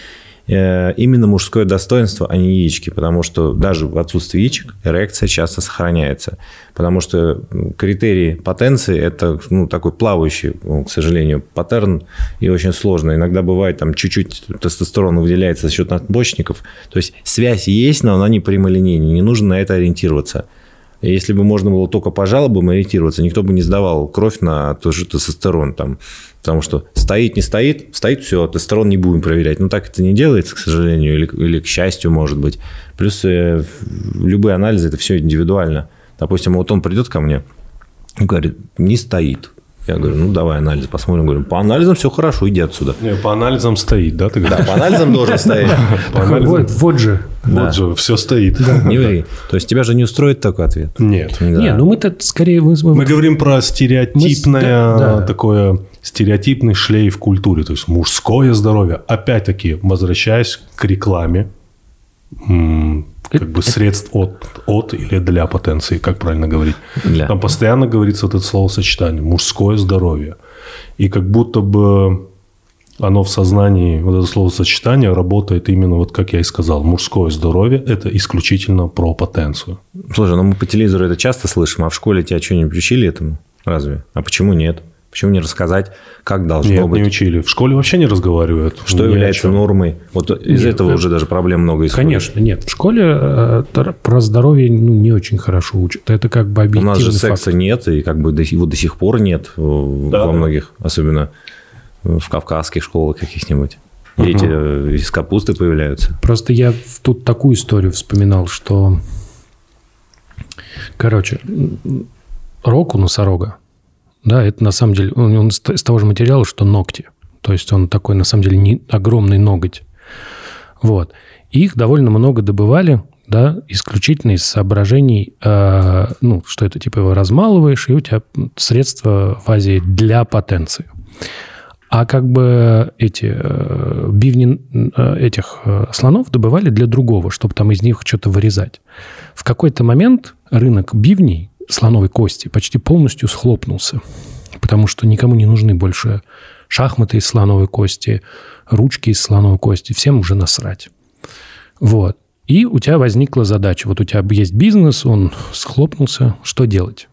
именно мужское достоинство, а не яички, потому что даже в отсутствии яичек эрекция часто сохраняется, потому что критерии потенции – это ну, такой плавающий, к сожалению, паттерн и очень сложно. Иногда бывает, там чуть-чуть тестостерона выделяется за счет надпочечников, то есть связь есть, но она не прямолинейная, не нужно на это ориентироваться. Если бы можно было только по жалобам ориентироваться, никто бы не сдавал кровь на тот же тестостерон. Там, потому что стоит, не стоит, стоит, все, тестостерон не будем проверять. Но так это не делается, к сожалению, или, или к счастью, может быть. Плюс э, любые анализы, это все индивидуально. Допустим, вот он придет ко мне и говорит, не стоит. Я говорю, ну, давай анализ посмотрим. Говорю, по анализам все хорошо, иди отсюда. Не, по анализам стоит, да? Ты да, по анализам должен стоять. Вот же. Вот же, все стоит. Не ври. То есть, тебя же не устроит такой ответ? Нет. Не, ну мы-то скорее... Мы говорим про стереотипное такое... Стереотипный шлейф в культуре. То есть, мужское здоровье. Опять-таки, возвращаясь к рекламе, как бы средств от, от или для потенции, как правильно говорить. Для. Там постоянно говорится вот это словосочетание «мужское здоровье». И как будто бы оно в сознании, вот это словосочетание работает именно, вот как я и сказал, мужское здоровье – это исключительно про потенцию. Слушай, ну мы по телевизору это часто слышим, а в школе тебя что-нибудь учили этому? Разве? А почему нет? Почему не рассказать, как должно Нет, быть? не учили. В школе вообще не разговаривают. Что является нормой? Вот из нет, этого это... уже даже проблем много исходит. Конечно, нет. В школе э, про здоровье ну, не очень хорошо учат. Это как бы объективный факт. У нас же факт. секса нет, и как бы его до сих пор нет да, во да. многих, особенно в кавказских школах каких-нибудь. Дети угу. из капусты появляются. Просто я тут такую историю вспоминал, что... Короче, рог у носорога, да, это на самом деле, он, он из того же материала, что ногти. То есть, он такой, на самом деле, не, огромный ноготь. Вот. Их довольно много добывали, да, исключительно из соображений, э, ну, что это, типа, его размалываешь, и у тебя средства в Азии для потенции. А как бы эти э, бивни э, этих э, слонов добывали для другого, чтобы там из них что-то вырезать. В какой-то момент рынок бивней, слоновой кости, почти полностью схлопнулся, потому что никому не нужны больше шахматы из слоновой кости, ручки из слоновой кости, всем уже насрать. Вот. И у тебя возникла задача. Вот у тебя есть бизнес, он схлопнулся, что делать?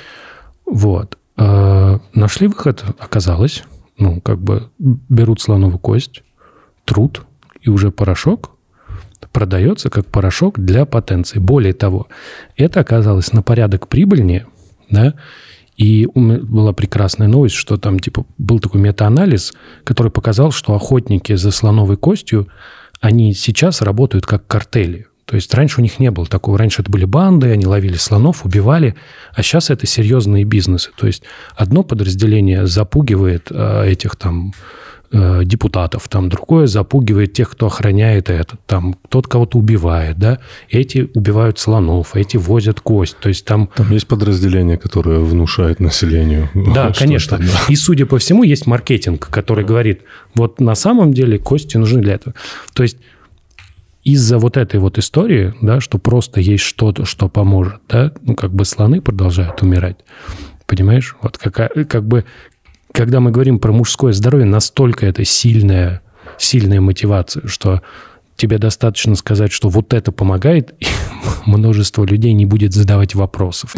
Вот. Э, нашли выход, оказалось, ну, как бы берут слоновую кость, трут, и уже порошок продается как порошок для потенции. Более того, это оказалось на порядок прибыльнее, да, и у меня была прекрасная новость, что там, типа, был такой метаанализ, который показал, что охотники за слоновой костью, они сейчас работают как картели. То есть раньше у них не было такого. Раньше это были банды, они ловили слонов, убивали, а сейчас это серьезные бизнесы. То есть одно подразделение запугивает э, этих там э, депутатов, там другое запугивает тех, кто охраняет это, там кто-то кого-то убивает, да. Эти убивают слонов, эти возят кость. То есть там... Там есть подразделение, которое внушает населению. Да, конечно. Да. И, судя по всему, есть маркетинг, который говорит, вот на самом деле кости нужны для этого. То есть из-за вот этой вот истории, да, что просто есть что-то, что поможет, да, ну, как бы слоны продолжают умирать. Понимаешь? Вот какая, как бы, когда мы говорим про мужское здоровье, настолько это сильная, сильная мотивация, что тебе достаточно сказать, что вот это помогает, и множество людей не будет задавать вопросов.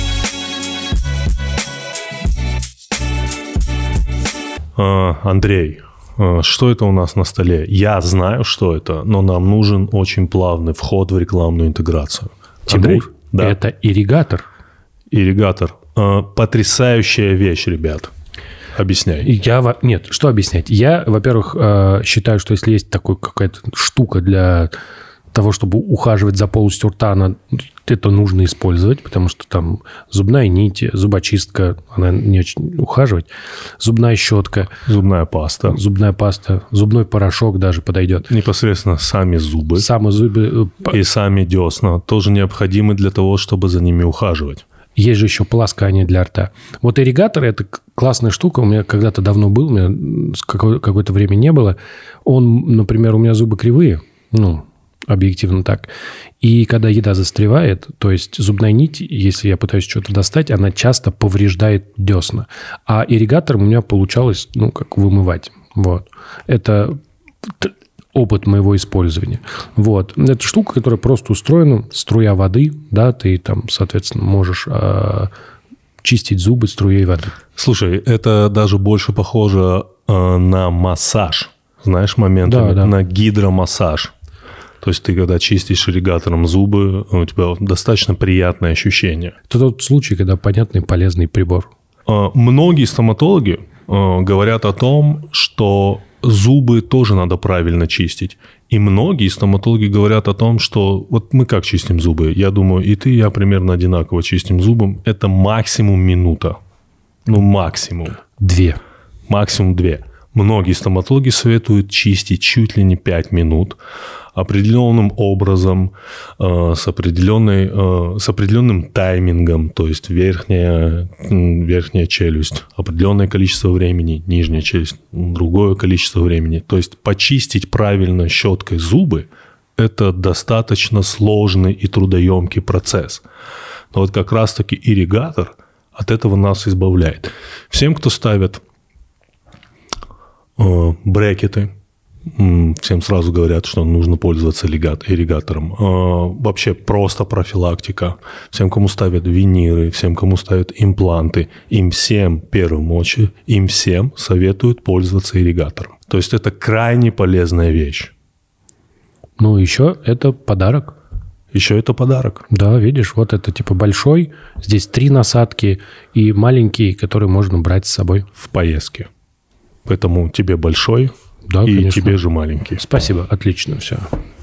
Андрей, что это у нас на столе? Я знаю, что это, но нам нужен очень плавный вход в рекламную интеграцию. Тимур, Андрей, да. Это ирригатор. Ирригатор. Потрясающая вещь, ребят. Объясняй. Я, нет, что объяснять? Я, во-первых, считаю, что если есть такая какая-то штука для того, чтобы ухаживать за полостью рта, она, это нужно использовать, потому что там зубная нить, зубочистка, она не очень ухаживать, зубная щетка. Зубная паста. Зубная паста, зубной порошок даже подойдет. Непосредственно сами зубы. Сами зубы. И сами десна тоже необходимы для того, чтобы за ними ухаживать. Есть же еще полоскание для рта. Вот ирригатор – это классная штука. У меня когда-то давно был, у меня какое-то время не было. Он, например, у меня зубы кривые, ну, объективно так. И когда еда застревает, то есть зубная нить, если я пытаюсь что-то достать, она часто повреждает десна. А ирригатором у меня получалось, ну, как вымывать. Вот. Это опыт моего использования. Вот. Это штука, которая просто устроена, струя воды, да, ты там, соответственно, можешь э, чистить зубы струей воды. Слушай, это даже больше похоже э, на массаж. Знаешь, момент да, да. на гидромассаж. То есть ты, когда чистишь ирригатором зубы, у тебя достаточно приятное ощущение. Это тот случай, когда понятный полезный прибор. Э, многие стоматологи э, говорят о том, что зубы тоже надо правильно чистить. И многие стоматологи говорят о том, что вот мы как чистим зубы? Я думаю, и ты, и я примерно одинаково чистим зубы. Это максимум минута. Ну, максимум. Две. Максимум две. Многие стоматологи советуют чистить чуть ли не пять минут определенным образом, э, с, определенной, э, с определенным таймингом, то есть верхняя, верхняя челюсть, определенное количество времени, нижняя челюсть, другое количество времени. То есть почистить правильно щеткой зубы – это достаточно сложный и трудоемкий процесс. Но вот как раз-таки ирригатор от этого нас избавляет. Всем, кто ставит э, брекеты, всем сразу говорят, что нужно пользоваться ирригатором. Вообще просто профилактика. Всем, кому ставят виниры, всем, кому ставят импланты, им всем, в первую очередь, им всем советуют пользоваться ирригатором. То есть это крайне полезная вещь. Ну, еще это подарок. Еще это подарок. Да, видишь, вот это типа большой. Здесь три насадки и маленький, который можно брать с собой. В поездке. Поэтому тебе большой. Да, и конечно. тебе же маленький. Спасибо, отлично, все.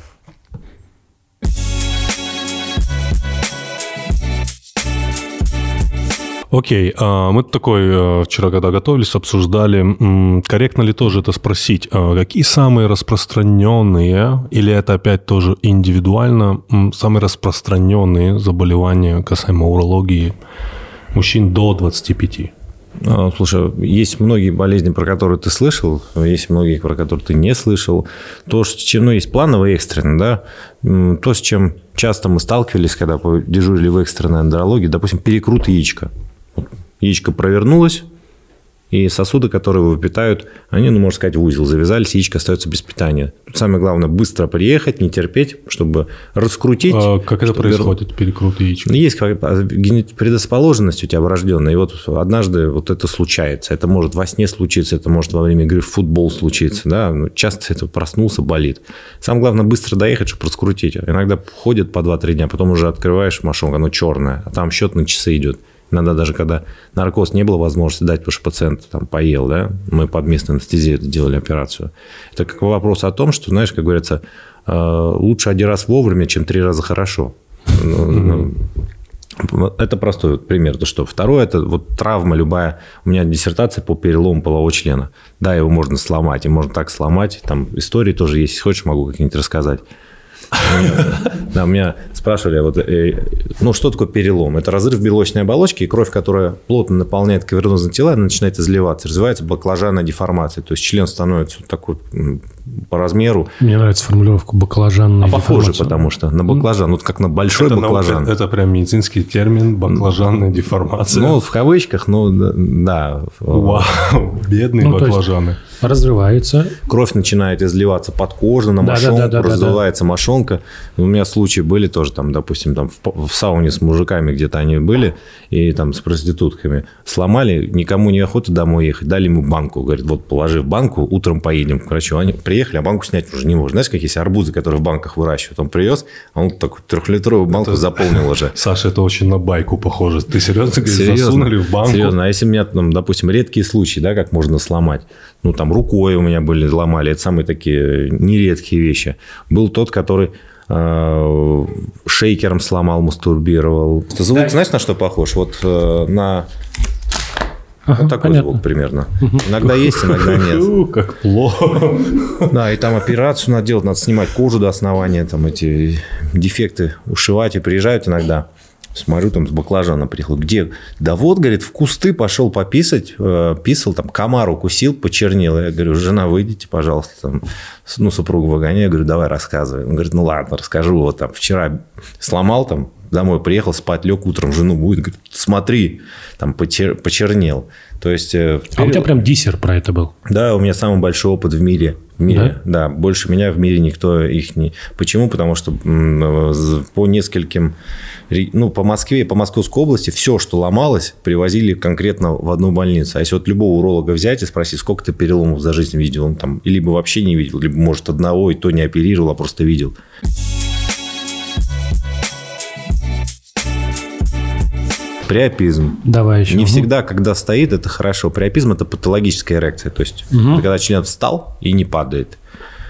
Окей, мы такой вчера, когда готовились, обсуждали, корректно ли тоже это спросить, какие самые распространенные, или это опять тоже индивидуально, самые распространенные заболевания касаемо урологии мужчин до двадцати пяти? Слушай, есть многие болезни, про которые ты слышал, есть многие, про которые ты не слышал. То, с чем, ну, есть планово и экстренно, да, то, с чем часто мы сталкивались, когда дежурили в экстренной андрологии, допустим, перекрут яичка. Яичко провернулось, и сосуды, которые его питают, они, ну, можно сказать, в узел завязались, яичко остается без питания. Тут самое главное быстро приехать, не терпеть, чтобы раскрутить. А как это происходит, перекрут яичка? Есть предрасположенность у тебя врожденная, и вот однажды вот это случается. Это может во сне случиться, это может во время игры в футбол случиться. Да? Часто это проснулся, болит. Самое главное быстро доехать, чтобы раскрутить. Иногда ходит по два-три дня, потом уже открываешь машинку, оно черное, а там счет на часы идет. Иногда даже когда наркоз не было возможности дать, потому что пациент там поел, да, мы под местной анестезией делали операцию. Это как вопрос о том, что, знаешь, как говорится, лучше один раз вовремя, чем три раза хорошо. Это простой пример. То, что второе, это вот травма любая. У меня диссертация по перелому полового члена. Да, его можно сломать, и можно так сломать. Там истории тоже есть, если хочешь, могу какие-нибудь рассказать. Да, меня спрашивали, вот, ну, что такое перелом? Это разрыв белочной оболочки, и кровь, которая плотно наполняет кавернозные тела, она начинает изливаться, развивается баклажанная деформация. То есть член становится вот такой по размеру. Мне нравится формулировка баклажанная а похоже, потому что на баклажан, вот как на большой это баклажан. Это, это прям медицинский термин, баклажанная деформация. Ну, в кавычках, ну, да. Вау, бедные ну, баклажаны. Разрывается. Кровь начинает изливаться под кожу, на мошонку, да, да, да, раздувается да, да. мошонка. У меня случаи были тоже, там, допустим, там, в, в сауне с мужиками где-то они были, и там с проститутками. Сломали, никому не охота домой ехать. Дали ему банку. Говорит, вот положи в банку, утром поедем к врачу. Они приехали, а банку снять уже не можно. Знаешь, какие есть арбузы, которые в банках выращивают? Он привез, а он такую трехлитровую банку это... заполнил уже. Саша, это очень на байку похоже. Ты серьезно говоришь, засунули в банку? Серьезно. А если у меня, там, допустим, редкие случаи, да, как можно сломать? Ну, там, рукой у меня были, ломали. Это самые такие нередкие вещи. Был тот, который э, шейкером сломал, мастурбировал. Звук, да. Знаешь, на что похож? Вот э, на... Ага, вот такой понятно. Звук примерно. Иногда есть, иногда нет. Фу, как плохо. Да, и там операцию надо делать, надо снимать кожу до основания, там эти дефекты ушивать. И приезжают иногда. Смотрю, там с баклажана приехал. Где? Да вот, говорит, в кусты пошел пописать. Э, писал, там комар укусил, почернел. Я говорю, жена, выйдите, пожалуйста. Там, ну, супругу выгоняю. Я говорю, давай рассказывай. Он говорит, ну, ладно, расскажу. Вот там вчера сломал, там, домой приехал, спать лег, утром жену будет. Говорит, смотри, там почернел. То есть, а у тебя прям диссер про это был? Да, у меня самый большой опыт в мире В мире, да? Да, больше меня в мире никто их не... Почему? Потому что по нескольким... Ну, по Москве, по Московской области все, что ломалось, привозили конкретно в одну больницу. А если вот любого уролога взять и спросить, сколько ты переломов за жизнь видел, он там либо вообще не видел, либо, может, одного и то не оперировал, а просто видел. Приопизм. Давай еще. Не угу. всегда, когда стоит, это хорошо. Приопизм – это патологическая эрекция. То есть, угу. когда член встал и не падает.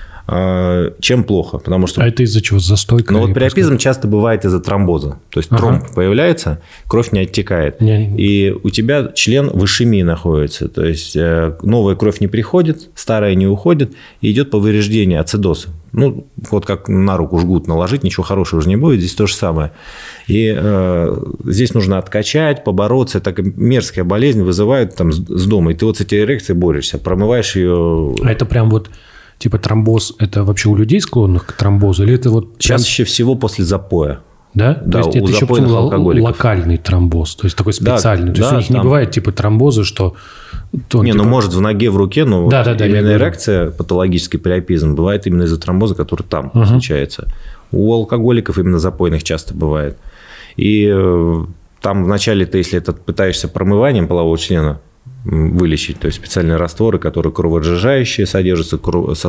Чем плохо? Потому что... А это из-за чего? Застойка? Ну, вот приопизм просто... часто бывает из-за тромбоза. То есть, ага. тромб появляется, кровь не оттекает. Не... И у тебя член в ишемии находится. То есть, новая кровь не приходит, старая не уходит, и идет повреждение, ацидоз. Ну, вот как на руку жгут наложить, ничего хорошего уже не будет. Здесь то же самое. И э, здесь нужно откачать, побороться. Это мерзкая болезнь, вызывает там с дома. И ты вот с этой эрекцией борешься, промываешь ее. А это прям вот... Типа тромбоз, это вообще у людей, склонных к тромбозу? Или это вот... Чаще всего после запоя. Да? Да, то есть, это еще потом локальный тромбоз, то есть, такой специальный. Да, то есть, да, у них там... не бывает типа тромбоза, что... То, не, типа... ну, может, в ноге, в руке, но да, вот да, да, именно эрекция, патологический приопизм, бывает именно из-за тромбоза, который там uh-huh. случается. У алкоголиков именно запойных часто бывает. И там вначале ты, если ты пытаешься промыванием полового члена вылечить, то есть специальные растворы, которые кроворазжижающие содержатся,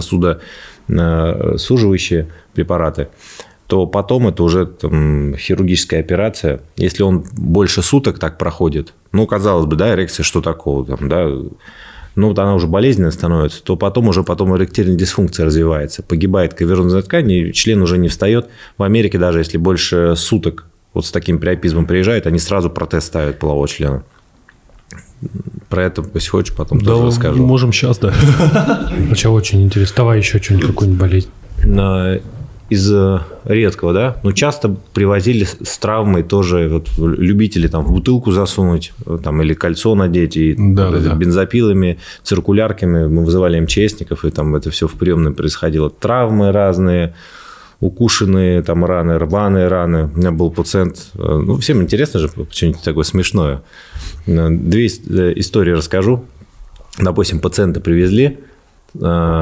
сосудосуживающие препараты, то потом это уже там, хирургическая операция. Если он больше суток так проходит, ну, казалось бы, да, эрекция, что такого, там, да, ну, вот она уже болезненная становится, то потом уже потом эректильная дисфункция развивается, погибает кавернозная ткань, и член уже не встает. В Америке даже если больше суток вот с таким приопизмом приезжают, они сразу протез ставят полового члена. Про это, если хочешь, потом да, тоже расскажу. Можем сейчас, да. Вообще очень интересно. Давай еще что-нибудь, какую-нибудь болезнь. Из редкого, да? Ну, часто привозили с травмой тоже вот, любители там, в бутылку засунуть там, или кольцо надеть, и да, да, бензопилами, циркулярками. Мы вызывали МЧСников, и там это все в приемной происходило. Травмы разные, укушенные там, раны, рваные раны. У меня был пациент... Ну, всем интересно же, что-нибудь такое смешное. Две истории расскажу. Допустим, пациента привезли, у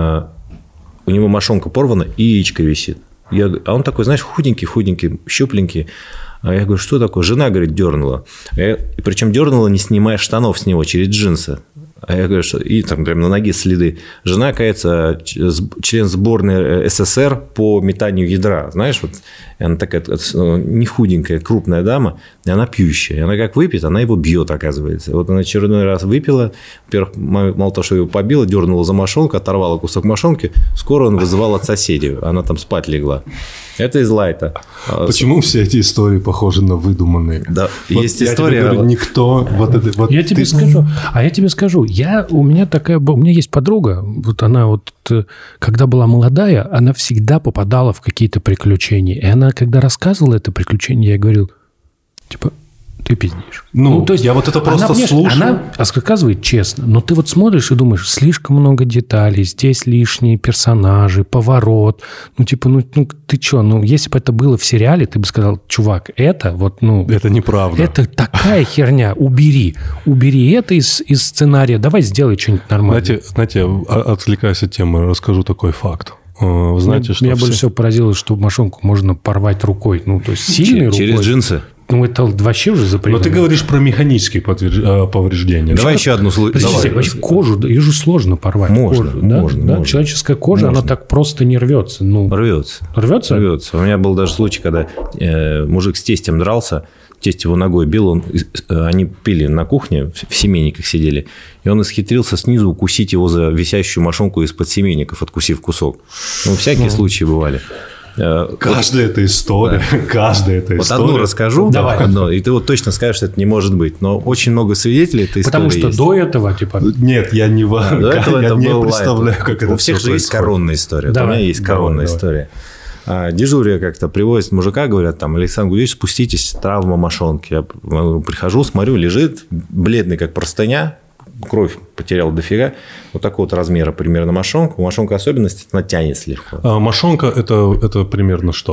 него мошонка порвана и яичко висит. Я, а он такой, знаешь, худенький, худенький, щупленький. А я говорю, что такое? Жена, говорит, дернула. Я, причем дернула, не снимая штанов с него, через джинсы. А я говорю, что... И там прям на ноге следы. Жена, кажется, член сборной СССР по метанию ядра. Знаешь, вот она такая не худенькая, крупная дама, и она пьющая. И она как выпьет, она его бьет, оказывается. Вот она очередной раз выпила. Во-первых, мало того, что его побила, дернула за мошонку, оторвала кусок мошонки. Скоро он вызывал от соседей. Она там спать легла. Это из лайта. Почему все эти истории похожи на выдуманные? Да, вот есть история. Говорю, никто... Вот это, вот я ты... тебе скажу, а я тебе скажу, я, у меня такая... У меня есть подруга, вот она вот, когда была молодая, она всегда попадала в какие-то приключения. И она, когда рассказывала это приключение, я говорил, типа... Ты пиздишь. Ну, ну, то есть я вот это просто она, слушаю. Она рассказывает честно, но ты вот смотришь и думаешь, слишком много деталей, здесь лишние персонажи, поворот. Ну, типа, ну, ну ты что, ну, если бы это было в сериале, ты бы сказал, чувак, это вот, ну... Это неправда. Это такая херня, убери. Убери это из, из сценария, давай сделай что-нибудь нормальное. Знаете, знаете, отвлекаясь от темы, расскажу такой факт. Вы знаете, ну, что меня все... больше всего поразило, что мошонку можно порвать рукой. Ну, то есть сильной рукой. Через джинсы. Ну, это вообще уже запрещено. Но ты говоришь про механические повреждения. Давай еще одну случай. Вообще кожу, ее же сложно порвать. Можно, кожу, можно, да? можно. Человеческая кожа, можно. Она так просто не рвется. Ну, рвется. Рвется? Рвется. У меня был даже случай, когда э, мужик с тестем дрался, тесть его ногой бил, он, они пили на кухне, в семейниках сидели, и он исхитрился снизу укусить его за висящую мошонку из-под семейников, откусив кусок. Ну, всякие ну. случаи бывали. Каждая вот, эта история, да. каждая эта вот история. Вот одну расскажу, Давай. Одно, и ты вот точно скажешь, что это не может быть. Но очень много свидетелей этой Потому истории что есть. до этого, типа... Нет, я не, да, до этого я это не представляю, как это У всех же есть коронная история. Давай. У меня есть коронная давай, история. Давай. Дежуря как-то привозят мужика, говорят, там, Александр Гудевич, спуститесь, травма мошонки. Я прихожу, смотрю, лежит, бледный, как простыня, кровь потерял дофига. Вот такого вот размера примерно мошонка. У мошонка особенность, она тянется легко. А мошонка это, – это примерно что?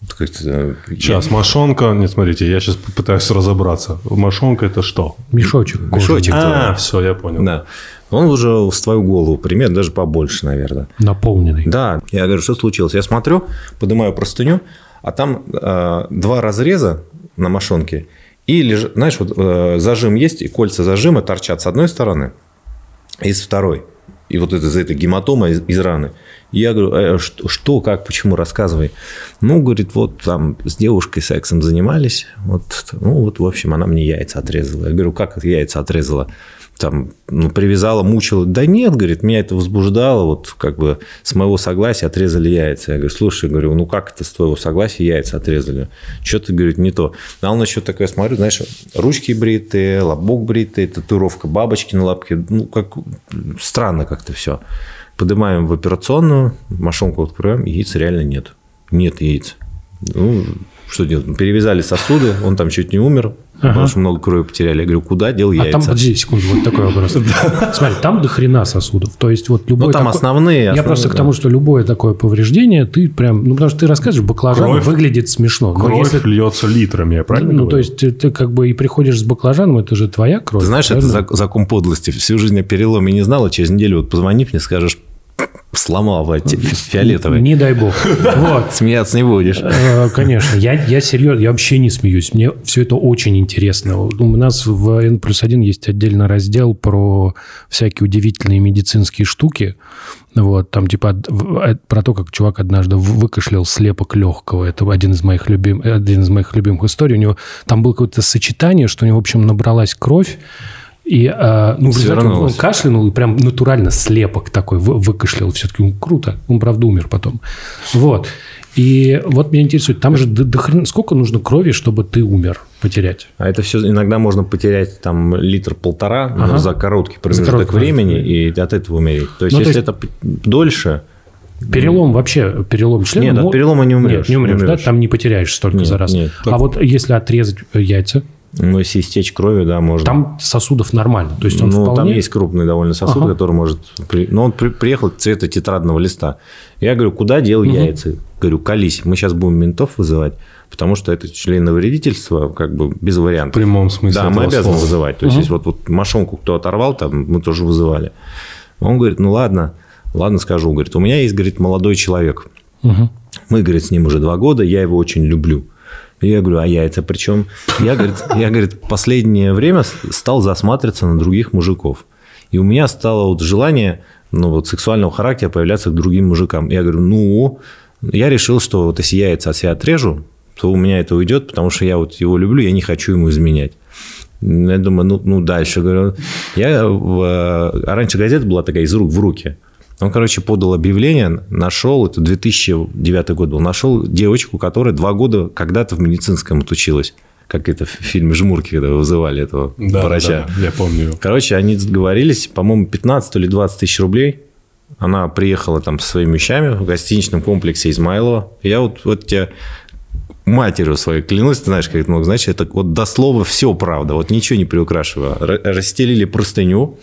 Сейчас, я... мошонка, нет, смотрите, я сейчас попытаюсь разобраться. Мошонка – это что? Мешочек. Мешочек. А, все, я понял. Да. Он уже в твою голову, примерно, даже побольше, наверное. Наполненный. Да. Я говорю, что случилось? Я смотрю, поднимаю простыню, а там э, два разреза на мошонке. И, леж... знаешь, вот э, зажим есть, и кольца зажима торчат с одной стороны и с второй. И вот это, из этой гематома из, из раны. И я говорю, а что, что, как, почему, рассказывай. Ну, говорит, вот там с девушкой сексом занимались. Вот, ну, вот, в общем, она мне яйца отрезала. Я говорю, как яйца отрезала? Там, ну, привязала, мучила. Да нет, говорит, меня это возбуждало. Вот как бы с моего согласия отрезали яйца. Я говорю, слушай, говорю, ну как это с твоего согласия яйца отрезали? Что-то, говорит, не то. А он еще такое, смотрю, знаешь, ручки бритые, лобок бритый, татуировка бабочки на лобке. Ну, как странно как-то все. Поднимаем в операционную, мошонку открываем, яиц реально нет. Нет яиц. Ну, что делать? Перевязали сосуды, он там чуть не умер, ага. потому что много крови потеряли. Я говорю, куда дел яйца? А там, подожди секунду, вот такой вопрос. Смотри, там до хрена сосудов. То есть, вот любое. Ну, там такое... основные. Я просто к тому, что любое такое повреждение, ты прям. Ну, потому что ты рассказываешь, баклажан кровь, выглядит смешно. Кровь если... льется литрами, я правильно Ну, говорю? то есть, ты, ты как бы и приходишь с баклажаном, это же твоя кровь. Ты знаешь, правильно? Это закон подлости. Всю жизнь о переломе не знал, а через неделю вот позвони мне, скажешь, сломал, блядь, фиолетовый. Не дай бог. Вот. Смеяться не будешь. Конечно. Я, я серьезно, я вообще не смеюсь. Мне все это очень интересно. У нас в Н плюс один есть отдельный раздел про всякие удивительные медицинские штуки. Вот, там типа про то, как чувак однажды выкашлял слепок легкого. Это один из моих, любим, один из моих любимых историй. У него там было какое-то сочетание, что у него, в общем, набралась кровь. И э, ну, в результате он кашлянул, и прям натурально слепок такой выкашлял. Все-таки он круто. Он, правда, умер потом. Вот. И вот меня интересует, там же до, до хрена, сколько нужно крови, чтобы ты умер потерять? А это все иногда можно потерять там литр-полтора ага. за короткий промежуток короткий времени времени и от этого умереть. То есть, ну, если то есть... это дольше... Перелом вообще, перелом члена... Нет, от перелома не умрешь. Нет, не умрешь, не умрешь. Да? Там не потеряешь столько нет, за раз. Нет. А вот если отрезать яйца... Ну, если истечь крови, да, можно. Там сосудов нормально. То есть он ну, вполне... там есть крупный довольно сосуд, ага. который может... Но он при... приехал цвета тетрадного листа. Я говорю, куда дел угу. яйца? Говорю, колись. Мы сейчас будем ментов вызывать, потому что это членовредительство как бы без вариантов. В прямом смысле. Да, мы обязаны слова. вызывать. То есть, угу. если вот, вот мошонку кто оторвал, там мы тоже вызывали. Он говорит, ну, ладно, ладно скажу. Говорит, у меня есть, говорит, молодой человек. Угу. Мы, говорит, с ним уже два года, я его очень люблю. Я говорю, а яйца причем? Я, говорит, я, говорит, последнее время стал засматриваться на других мужиков. И у меня стало вот желание, ну, вот сексуального характера появляться к другим мужикам. Я говорю, ну, я решил, что вот если яйца от себя отрежу, то у меня это уйдет, потому что я вот его люблю, я не хочу ему изменять. Я думаю, ну, ну дальше. Говорю, я в... А раньше газета была такая из рук в руки. Он, короче, подал объявление, нашел, это две тысячи девятый год был, нашел девочку, которая два года когда-то в медицинском отучилась. Как это в фильме «Жмурки», когда вызывали этого да, врача. Да, я помню. Короче, они договорились, по-моему, пятнадцать или двадцать тысяч рублей. Она приехала там со своими вещами в гостиничном комплексе Измайлова. Я вот, вот тебе матерью своей клянусь, ты знаешь, как это много значит, это вот дословно все правда, вот ничего не приукрашиваю. Расстелили простыню.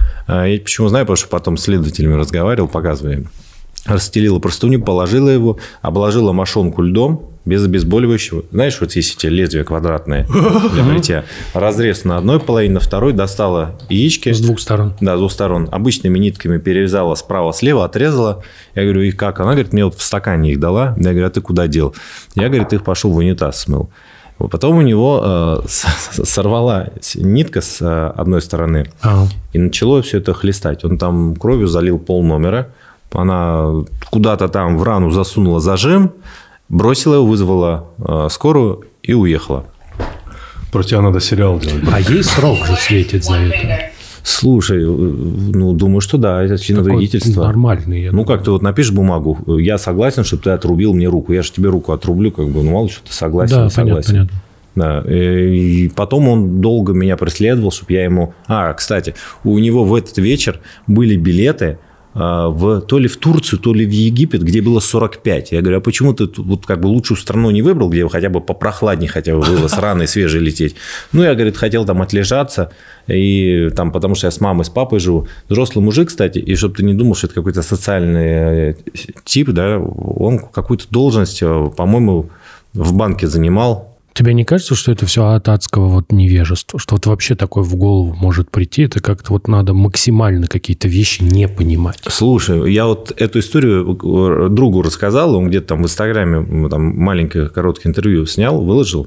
Я почему знаю, потому что потом с следователями разговаривал, показывали. Расстелила простыню, положила его, обложила мошонку льдом, без обезболивающего. Знаешь, вот есть эти лезвия квадратные для бритья. Разрез на одной половине, на второй достала яички. С двух сторон. Да, с двух сторон. Обычными нитками перевязала справа-слева, отрезала. Я говорю, и как? Она говорит, мне вот в стакане их дала. Я говорю, а ты куда дел? Я, говорит, их пошел в унитаз смыл. Потом у него э, сорвала нитка с э, одной стороны, ага. и начало все это хлестать. Он там кровью залил пол номера. Она куда-то там в рану засунула зажим, бросила его, вызвала э, скорую и уехала. Про тебя надо сериал делать. А ей срок же светит за это. Слушай, ну, думаю, что да, это членовредительство. Нормальный. Ну, как ты вот напишешь бумагу, я согласен, чтобы ты отрубил мне руку. Я же тебе руку отрублю, как бы, ну, мало ли, что ты согласен, да, не согласен. Понятно, понятно. Да, и потом он долго меня преследовал, чтобы я ему... А, кстати, у него в этот вечер были билеты в, то ли в Турцию, то ли в Египет, где было сорок пять. Я говорю, а почему ты вот как бы лучшую страну не выбрал, где хотя бы попрохладнее хотя бы было с раной свежей лететь? Ну, я, говорит, хотел там отлежаться, и там, потому что я с мамой, с папой живу. Взрослый мужик, кстати, и чтобы ты не думал, что это какой-то социальный тип, да, он какую-то должность, по-моему, в банке занимал. Тебе не кажется, что это все от адского вот невежества? Что вот вообще такое в голову может прийти? Это как-то вот надо максимально какие-то вещи не понимать. Слушай, я вот эту историю другу рассказал, он где-то там в Инстаграме там маленькое короткое интервью снял, выложил.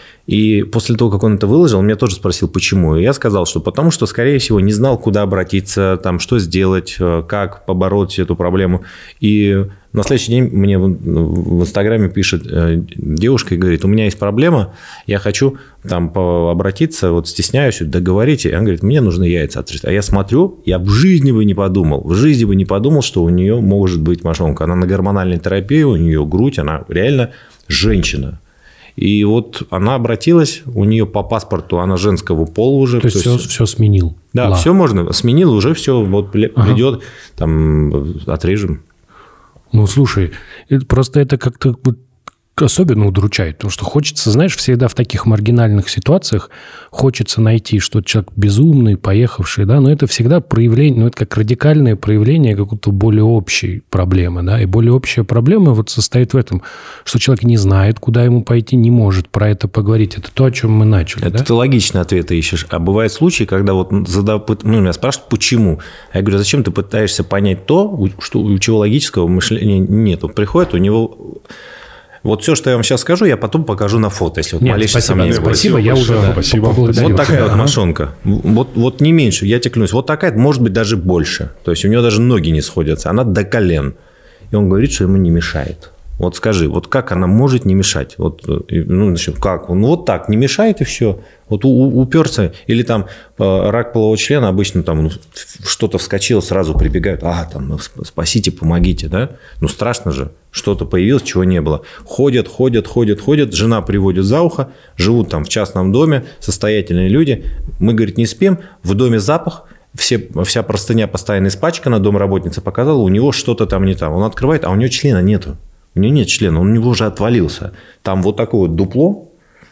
И после того, как он это выложил, он меня тоже спросил, почему. И я сказал, что потому что, скорее всего, не знал, куда обратиться, там, что сделать, как побороть эту проблему. И на следующий день мне в Инстаграме пишет девушка и говорит, у меня есть проблема, я хочу там обратиться, вот стесняюсь, договорите. И она говорит, мне нужны яйца отрезать. А я смотрю, я в жизни бы не подумал, в жизни бы не подумал, что у нее может быть мошонка. Она на гормональной терапии, у нее грудь, она реально женщина. И вот она обратилась, у нее по паспорту она женского пола уже. То, то есть, все, все сменил. Да, Ла. все можно. Сменил, уже все, вот придет, ага. там отрежем. Ну, слушай, это, просто это как-то особенно удручает, потому что хочется, знаешь, всегда в таких маргинальных ситуациях хочется найти, что человек безумный, поехавший, да, но это всегда проявление, ну, это как радикальное проявление какой-то более общей проблемы, да, и более общая проблема вот состоит в этом, что человек не знает, куда ему пойти, не может про это поговорить. Это то, о чем мы начали, это да? ты логичный ответ ищешь. А бывают случаи, когда вот задав... ну, меня спрашивают, почему? Я говорю, зачем ты пытаешься понять то, что у чего логического мышления нет? Он приходит, у него... Вот все, что я вам сейчас скажу, я потом покажу на фото, если вот Нет, малейшее сомнение. Спасибо, я уже да. спасибо. Вот такая вот мошонка. Вот, вот не меньше, я тебе клянусь. Вот такая, может быть, даже больше. То есть, у нее даже ноги не сходятся. Она до колен. И он говорит, что ему не мешает. Вот скажи, вот как она может не мешать? Вот, ну, как? Ну, вот так, не мешает и все. Вот уперся, или там рак полового члена, обычно там ну, что-то вскочило, сразу прибегают, а, там, ну, спасите, помогите, да? Ну, страшно же, что-то появилось, чего не было. Ходят, ходят, ходят, ходят, жена приводит за ухо, живут там в частном доме, состоятельные люди. Мы, говорит, не спим, в доме запах, все, вся простыня постоянно испачкана, домработница показала, у него что-то там не там. Он открывает, а у него члена нету. У него нет члена, он у него уже отвалился. Там вот такое вот дупло,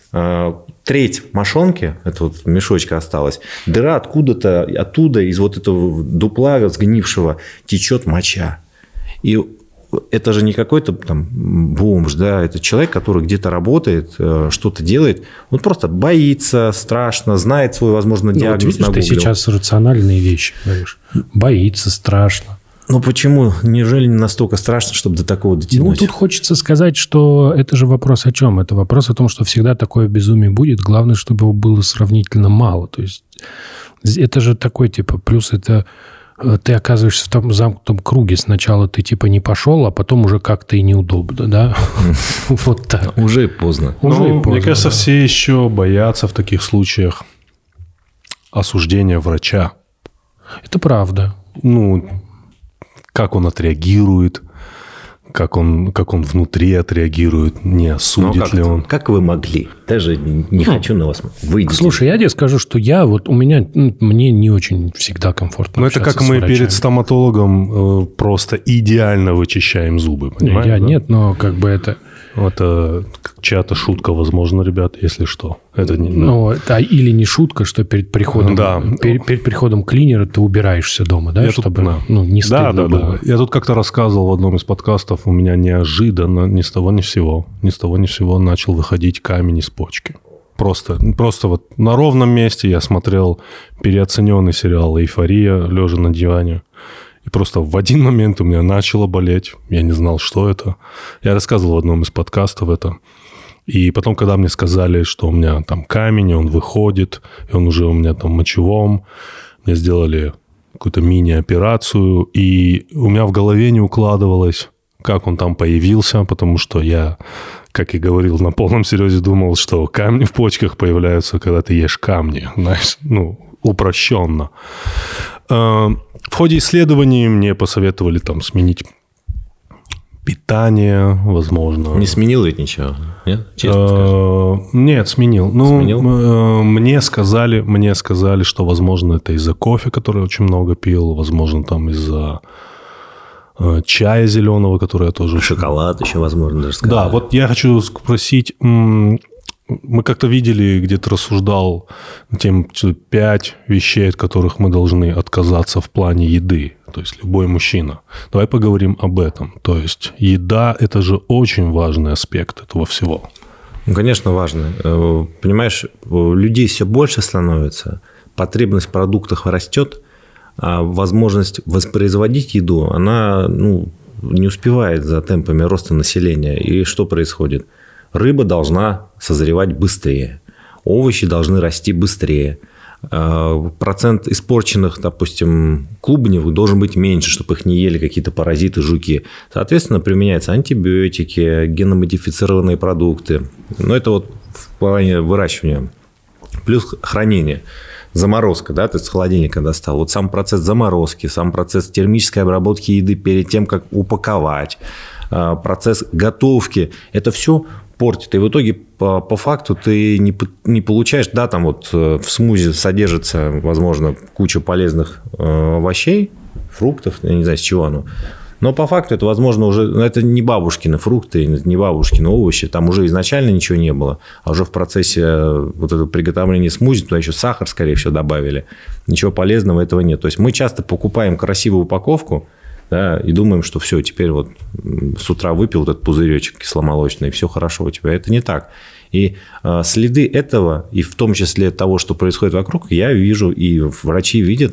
треть мошонки, это вот мешочка осталась, дыра откуда-то, оттуда, из вот этого дупла сгнившего течет моча. И это же не какой-то там бомж, да, это человек, который где-то работает, что-то делает, он просто боится, страшно, знает свой, возможно, диагноз. Ну, вот видишь, ты сейчас рациональные вещи говоришь. Боится, страшно. Ну, почему? Неужели не настолько страшно, чтобы до такого дотянуть? Ну, тут хочется сказать, что это же вопрос о чем? Это вопрос о том, что всегда такое безумие будет. Главное, чтобы его было сравнительно мало. То есть, это же такой, типа, плюс это ты оказываешься в том замкнутом круге. Сначала ты, типа, не пошел, а потом уже как-то и неудобно, да? Вот так. Уже и поздно. Мне кажется, все еще боятся в таких случаях осуждения врача. Это правда. Ну... Как он отреагирует, как он, как он внутри отреагирует, не осудит как, ли он. Как вы могли? Даже не, не ну, хочу на вас выйти. Слушай, я тебе скажу, что я, вот у меня, мне не очень всегда комфортно. Ну, это как мы врачами. Перед стоматологом э, просто идеально вычищаем зубы, понимаешь? Я да? нет, но как бы это... Это чья-то шутка, возможно, ребят, если что. Это не, ну, это или не шутка, что перед приходом, да. перед, перед приходом клинера ты убираешься дома, да, я чтобы тут, да. ну, не стыдно да, да, было. Да. Я тут как-то рассказывал в одном из подкастов, у меня неожиданно, ни с того ни с сего, ни с того ни с сего начал выходить камень из почки. Просто, просто вот на ровном месте я смотрел переоцененный сериал «Эйфория», лежа на диване. И просто в один момент у меня начало болеть. Я не знал, что это. Я рассказывал в одном из подкастов это. И потом, когда мне сказали, что у меня там камень, и он выходит, и он уже у меня там мочевом, мне сделали какую-то мини-операцию, и у меня в голове не укладывалось, как он там появился, потому что я, как и говорил, на полном серьезе думал, что камни в почках появляются, когда ты ешь камни, знаешь, ну, упрощенно. В ходе исследований мне посоветовали там сменить питание, возможно. Не сменил ведь ничего? Нет? Честно скажи. Нет, сменил. Ну, сменил? Мне сказали, мне сказали, что, возможно, это из-за кофе, который я очень много пил, возможно, там из-за чая зеленого, который я тоже... Шоколад еще, возможно, даже сказали. Да, вот я хочу спросить... Мы как-то видели, где-то рассуждал на тему пять вещей, от которых мы должны отказаться в плане еды. То есть любой мужчина. Давай поговорим об этом. То есть еда – это же очень важный аспект этого всего. Ну, конечно, важно. Понимаешь, людей все больше становится, потребность в продуктах растет, а возможность воспроизводить еду, она ну, не успевает за темпами роста населения. И что происходит? Рыба должна созревать быстрее, овощи должны расти быстрее. Процент испорченных, допустим, клубневых должен быть меньше, чтобы их не ели какие-то паразиты, жуки. Соответственно, применяются антибиотики, генномодифицированные продукты. Но это вот в плане выращивания. Плюс хранение. Заморозка, да, ты с холодильника достал. Вот сам процесс заморозки, сам процесс термической обработки еды перед тем, как упаковать, процесс готовки. Это все портит. И в итоге, по, по факту, ты не, не получаешь... Да, там вот в смузи содержится, возможно, куча полезных овощей, фруктов, я не знаю, с чего оно. Но по факту это, возможно, уже... Это не бабушкины фрукты, не бабушкины овощи. Там уже изначально ничего не было. А уже в процессе вот этого приготовления смузи туда еще сахар, скорее всего, добавили. Ничего полезного этого нет. То есть мы часто покупаем красивую упаковку, да, и думаем, что все, теперь вот с утра выпил вот этот пузыречек кисломолочный, и все хорошо у тебя. Это не так. И э, следы этого, и в том числе того, что происходит вокруг, я вижу, и врачи видят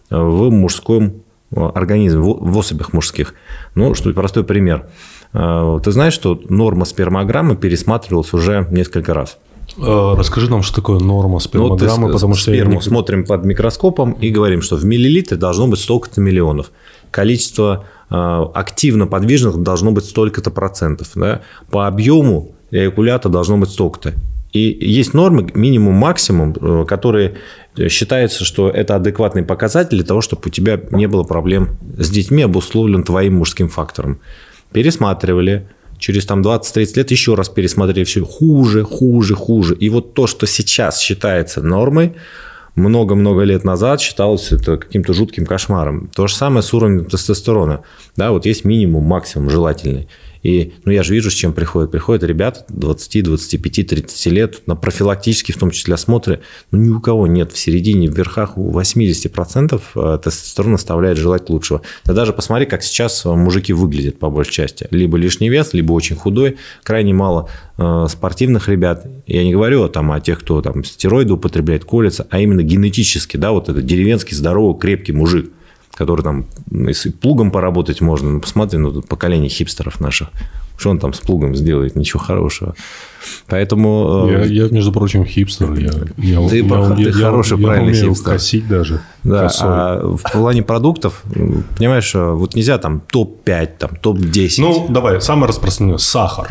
в мужском организме, в, в особях мужских. Ну, что простой пример. Э, ты знаешь, что норма спермограммы пересматривалась уже несколько раз? Расскажи нам, что такое норма спермограммы, ну, вот потому что сперму я не... смотрим под микроскопом и говорим, что в миллилитре должно быть столько-то миллионов. Количество э, активно подвижных должно быть столько-то процентов. Да? По объему эякулята должно быть столько-то. И есть нормы, минимум, максимум, которые считается, что это адекватный показатель для того, чтобы у тебя не было проблем с детьми, обусловлен твоим мужским фактором. Пересматривали. Через там двадцать-тридцать лет еще раз пересмотрели все хуже, хуже, хуже. И вот то, что сейчас считается нормой, много-много лет назад считалось это каким-то жутким кошмаром. То же самое с уровнем тестостерона. Да, вот есть минимум, максимум желательный. И ну, я же вижу, с чем приходят. Приходят ребята двадцать, двадцать пять, тридцать лет на профилактические, в том числе, осмотры. Ну, ни у кого нет в середине, в верхах у восемьдесят процентов тестостерон оставляет желать лучшего. Да даже посмотри, как сейчас мужики выглядят по большей части. Либо лишний вес, либо очень худой. Крайне мало э, спортивных ребят. Я не говорю там, о тех, кто там, стероиды употребляет, колется, а именно генетически. Да, вот это деревенский, здоровый, крепкий мужик, который там, если плугом поработать можно, ну, посмотри, ну, тут поколение хипстеров наших, что он там с плугом сделает, ничего хорошего. Поэтому... Я, я между прочим, хипстер. Я, я, ты я, ты я, хороший, я, правильный я умею хипстер. косить даже. Да, косой. А в плане продуктов, понимаешь, вот нельзя там топ пять, там, топ десять. Ну, давай, самое распространенное. Сахар.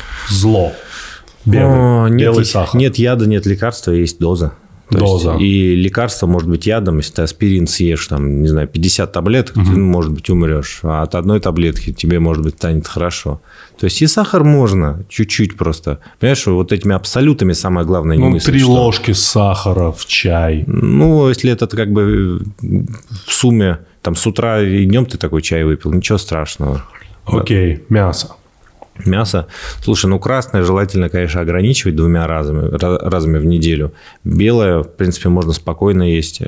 Зло. Белый, О, нет, белый сахар. Нет яда, нет лекарства, есть доза. То Доза. Есть, и лекарство может быть ядом, если ты аспирин съешь, там, не знаю, пятьдесят таблеток, угу. ты, может быть, умрешь. А от одной таблетки тебе, может быть, станет хорошо. То есть и сахар можно, чуть-чуть просто. Понимаешь, вот этими абсолютами самое главное не ну, мыслить. Три что... ложки сахара в чай. Ну, если это как бы в сумме, там, с утра и днем ты такой чай выпил, ничего страшного. Окей, да. Мясо. Мясо. Слушай, ну красное желательно, конечно, ограничивать двумя разами, разами в неделю. Белое, в принципе, можно спокойно есть.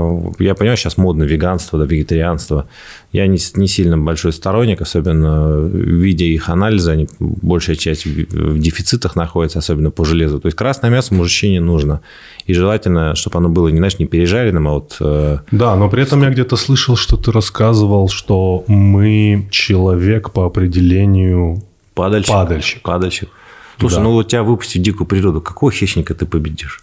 Я понимаю, сейчас модно веганство, да, вегетарианство. Я не, не сильно большой сторонник, особенно видя их анализы, они, большая часть в дефицитах находится, особенно по железу. То есть красное мясо мужчине нужно. И желательно, чтобы оно было, не, знаешь, не пережаренным, а вот... Да, но при этом я где-то слышал, что ты рассказывал, что мы человек по определению... Падальщик. Падальщик. Падальщик. Слушай, да. ну вот тебя выпустить в дикую природу, какого хищника ты победишь?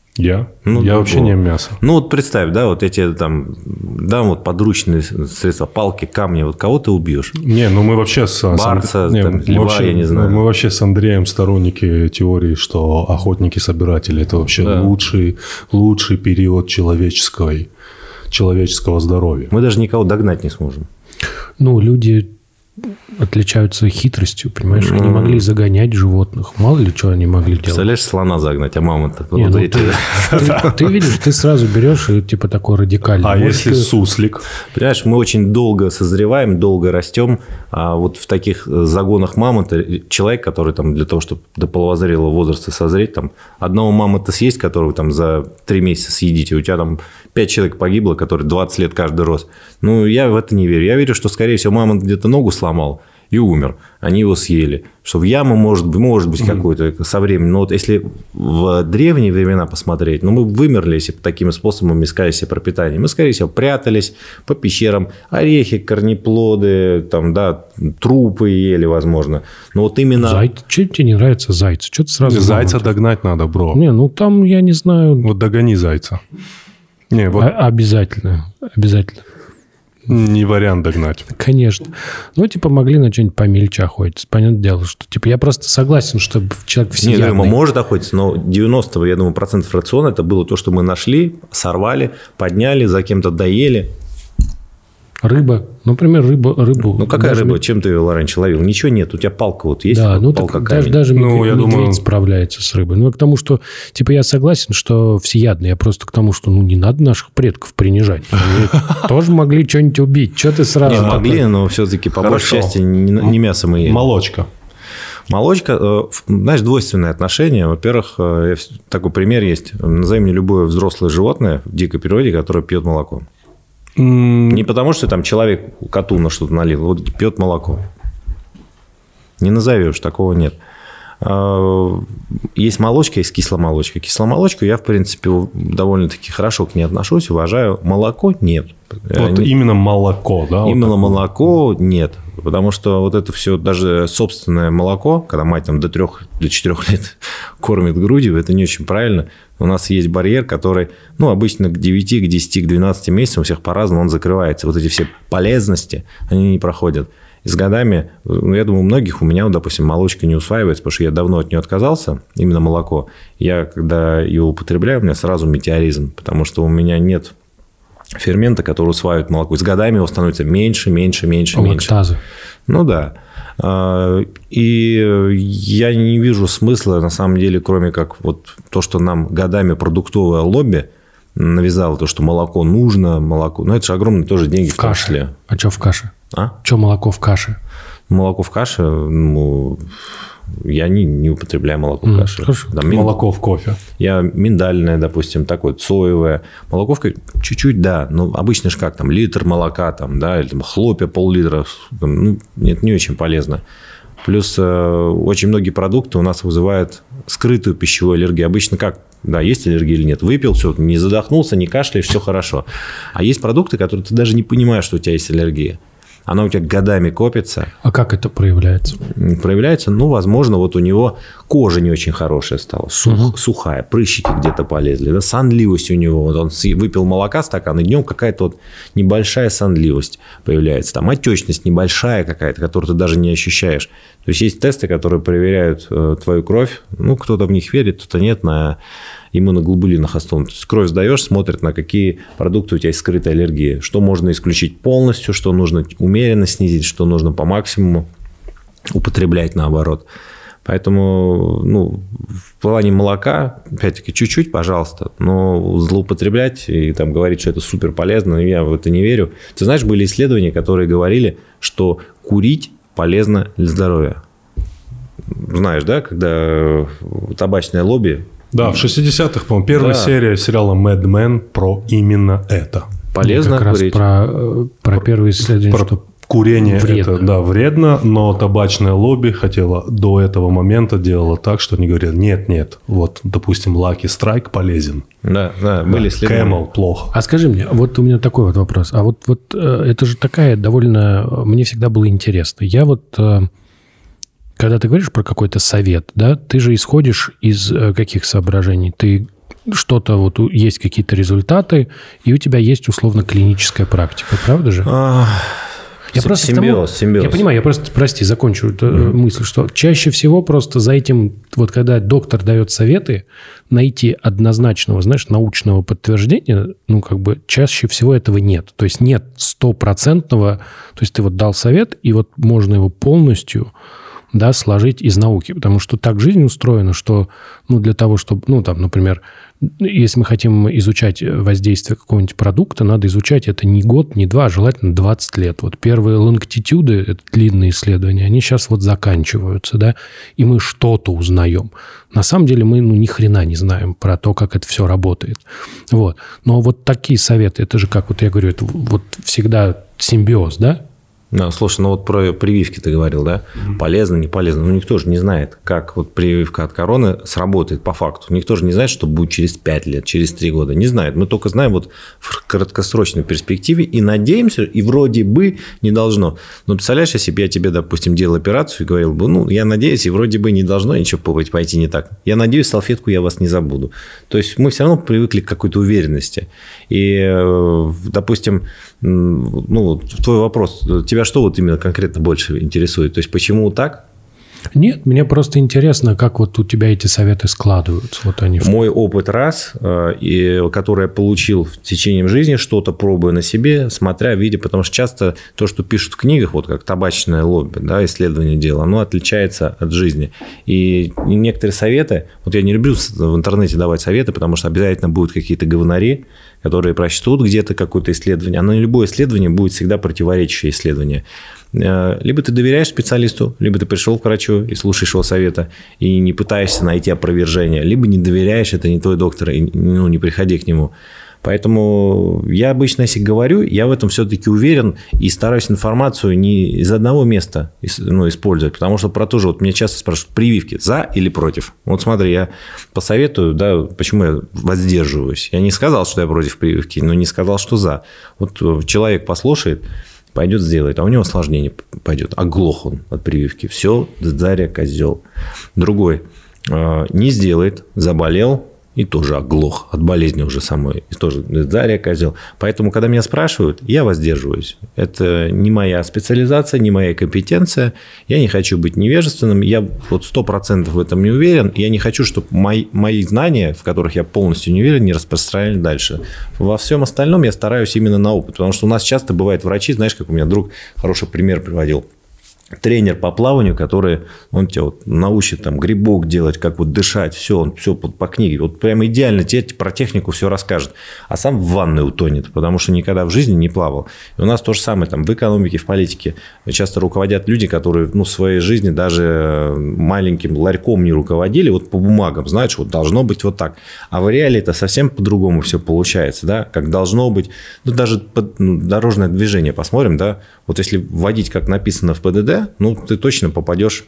Я? Ну, я ну, вообще не ем мясо. Ну, вот представь, да, вот эти там, да, вот подручные средства, палки, камни, вот кого ты убьешь? Не, ну мы вообще с... Барса, с не, там, льва, вообще, я не знаю. Мы вообще с Андреем сторонники теории, что охотники-собиратели – это вообще да. лучший, лучший период человеческого, человеческого здоровья. Мы даже никого догнать не сможем. Ну, люди... отличаются хитростью, понимаешь? Mm. Они могли загонять животных. Мало ли, что они могли делать. Представляешь, слона загнать, а мама-то... Не, вот ну эти... ты, ты, ты видишь, ты сразу берешь и типа такой радикальный. А Может, если ты... суслик? Понимаешь, мы очень долго созреваем, долго растем, а вот в таких загонах мамонта человек, который там для того, чтобы до половозрелого возраста созреть, там одного мамонта съесть, которого там за три месяца съедите, у тебя там пять человек погибло, которые двадцать лет каждый рос. Ну, я в это не верю. Я верю, что, скорее всего, мамонт где-то ногу сломал, и умер. Они его съели. Что в яму может, может быть какой-то со временем. Но вот если в древние времена посмотреть, ну, мы вымерли, если таким способом искали себе пропитание. Мы, скорее всего, прятались по пещерам, орехи, корнеплоды, там, да, трупы ели, возможно. Но вот именно... Зайцы. Что тебе не нравится зайцы? Что ты сразу... Зайца смотришь? Догнать надо, бро. Не, ну там, я не знаю... Вот догони зайца. Не, вот... а- обязательно. Обязательно. Не вариант догнать. Конечно. Ну, типа, могли на что-нибудь помельче охотиться. Понятное дело, что... Типа, я просто согласен, что человек всеядный. Не, думаю, может охотиться, но девяносто, я думаю, процентов рациона это было то, что мы нашли, сорвали, подняли, за кем-то доели. Рыба. Например, рыба, рыбу. Ну, какая рыба? Мы... Чем ты ее раньше ловил? Ничего нет. У тебя палка вот есть? Да, вот ну, палка, так даже, даже ну, медведь, я медведь думаю... справляется с рыбой. Ну, к тому, что... Типа, я согласен, что всеядный. Я просто к тому, что ну, не надо наших предков принижать. Они тоже могли что-нибудь убить. Что ты сразу... Не, могли, но все-таки по большей части не мясо мы ели. Молочка. Молочка, знаешь, двойственное отношение. Во-первых, такой пример есть. Назови мне любое взрослое животное в дикой природе, которое пьет молоко. Не потому, что там человек коту на что-то налил, вот пьет молоко. Не назовешь, такого нет. Есть молочка, есть кисломолочка. Кисломолочку я, в принципе, довольно-таки хорошо к ней отношусь, уважаю. Молоко нет. Вот не... именно молоко, да? Именно вот молоко нет. Потому что вот это все, даже собственное молоко, когда мать там до трех, до четырех лет кормит грудью, это не очень правильно. У нас есть барьер, который, ну, обычно к девяти, к десяти, к двенадцати месяцам у всех по-разному он закрывается. Вот эти все полезности, они не проходят. И с годами, ну, я думаю, у многих, у меня, вот, допустим, молочка не усваивается, потому что я давно от нее отказался, именно молоко. Я, когда его употребляю, у меня сразу метеоризм, потому что у меня нет фермента, который усваивает молоко. И с годами его становится меньше, меньше, меньше, меньше. Лактазы. Ну да. И я не вижу смысла, на самом деле, кроме как вот то, что нам годами продуктовое лобби навязало, то, что молоко нужно, молоко. Ну, это же огромные тоже деньги в, в каше. числе. А что в каше? А? Что молоко в каше? Молоко в каше, ну, я не, не употребляю молоко в каше. Хорошо. Да, мин... Молоко в кофе. Я миндальное, допустим, такое, соевое. Молоко в кофе чуть-чуть, да. Но обычно же как там, литр молока, там, да, или там, хлопья пол-литра. Там, ну, это не очень полезно. Плюс э, очень многие продукты у нас вызывают скрытую пищевую аллергию. Обычно как? Да, есть аллергия или нет. Выпил, все, не задохнулся, не кашляешь, все хорошо. А есть продукты, которые ты даже не понимаешь, что у тебя есть аллергия. Она у тебя годами копится. А как это проявляется? Проявляется, ну, возможно, вот у него кожа не очень хорошая стала, сух, угу. сухая, прыщики где-то полезли, да, сонливость у него. Вот он выпил молока стакан, и днем какая-то вот небольшая сонливость появляется. Там отечность небольшая какая-то, которую ты даже не ощущаешь. То есть, есть тесты, которые проверяют э, твою кровь. Ну, кто-то в них верит, кто-то нет, на иммуноглобулинах основан. То есть, кровь сдаешь, смотрят, на какие продукты у тебя есть скрытая аллергия. Что можно исключить полностью, что нужно умеренно снизить, что нужно по максимуму употреблять наоборот. Поэтому, ну, в плане молока, опять-таки, чуть-чуть, пожалуйста, но злоупотреблять и там говорить, что это супер полезно, я в это не верю. Ты знаешь, были исследования, которые говорили, что курить полезно для здоровья. Знаешь, да, когда табачное лобби... Да, в шестидесятых, по-моему, первая да. серия сериала Mad Men про именно это. Полезно как курить. Раз про, про первые исследования, про что курение вредно. Это, да, вредно, но табачное лобби хотело до этого момента делало так, что они говорили, нет, нет, вот, допустим, Lucky Strike полезен. Да, да, были исследования. Camel плохо. А скажи мне, вот у меня такой вот вопрос. А вот, вот это же такая довольно... Мне всегда было интересно. Я вот... Когда ты говоришь про какой-то совет, да, ты же исходишь из каких соображений? Ты что-то, вот есть какие-то результаты, и у тебя есть условно клиническая практика, правда же? А, я просто симбиоз, тому, симбиоз. Я понимаю, я просто, прости, закончу эту mm-hmm. мысль, что чаще всего просто за этим, вот когда доктор дает советы, найти однозначного, знаешь, научного подтверждения, ну, как бы чаще всего этого нет. То есть нет стопроцентного, то есть ты вот дал совет, и вот можно его полностью... да, сложить из науки, потому что так жизнь устроена, что, ну, для того, чтобы, ну, там, например, если мы хотим изучать воздействие какого-нибудь продукта, надо изучать это не год, не два, а желательно двадцать лет. Вот первые лонгитюды, это длинные исследования, они сейчас вот заканчиваются, да, и мы что-то узнаем. На самом деле мы, ну, ни хрена не знаем про то, как это все работает. Вот. Но вот такие советы, это же как, вот я говорю, это вот всегда симбиоз, да? Да, слушай, ну вот про прививки ты говорил, да? Mm-hmm. Полезно, не полезно. Ну, никто же не знает, как вот прививка от короны сработает по факту. Никто же не знает, что будет через пять лет, через три года. Не знает. Мы только знаем вот в краткосрочной перспективе и надеемся, и вроде бы не должно. Но представляешь, если бы я тебе, допустим, делал операцию и говорил бы, ну, я надеюсь, и вроде бы не должно ничего пойти не так. Я надеюсь, салфетку я вас не забуду. То есть мы все равно привыкли к какой-то уверенности. И, допустим, ну, твой вопрос, тебя что вот именно конкретно больше интересует? То есть, почему так? Нет, мне просто интересно, как вот у тебя эти советы складываются. Вот они. Мой опыт раз, и, который я получил в течение жизни, что-то пробуя на себе, смотря, видя, потому что часто то, что пишут в книгах, вот как табачное лобби, да, исследование дела, оно отличается от жизни. И некоторые советы, вот я не люблю в интернете давать советы, потому что обязательно будут какие-то говнари, которые прочтут где-то какое-то исследование, но любое исследование будет всегда противоречащее исследование. Либо ты доверяешь специалисту, либо ты пришел к врачу и слушаешь его совета, и не пытаешься найти опровержение, либо не доверяешь, это не твой доктор, и ну, не приходи к нему. Поэтому я обычно, если говорю, я в этом все-таки уверен и стараюсь информацию не из одного места ну, использовать, потому что про то же, вот меня часто спрашивают, прививки за или против. Вот смотри, я посоветую, да, почему я воздерживаюсь. Я не сказал, что я против прививки, но не сказал, что за. Вот человек послушает, пойдет сделает, а у него осложнение пойдет. Оглох он от прививки. Все, Заря козел. Другой не сделает, заболел и тоже оглох от болезни уже самой. И тоже Заря козел. Поэтому, когда меня спрашивают, я воздерживаюсь. Это не моя специализация, не моя компетенция. Я не хочу быть невежественным. Я вот сто процентов в этом не уверен. Я не хочу, чтобы мои, мои знания, в которых я полностью не уверен, не распространяли дальше. Во всем остальном я стараюсь именно на опыт. Потому что у нас часто бывают врачи, знаешь, как у меня друг хороший пример приводил. Тренер по плаванию, который, он тебя вот научит там грибок делать, как вот дышать, все, он все по, по книге. Вот прям идеально тебе про технику все расскажет. А сам в ванной утонет, потому что никогда в жизни не плавал. И у нас то же самое там в экономике, в политике. Часто руководят люди, которые ну, в своей жизни даже маленьким ларьком не руководили, вот по бумагам, знаешь, вот должно быть вот так. А в реале это совсем по-другому все получается, да, как должно быть. Ну, даже под, ну, дорожное движение посмотрим, да, вот если вводить, как написано в ПДД, ну, ты точно попадешь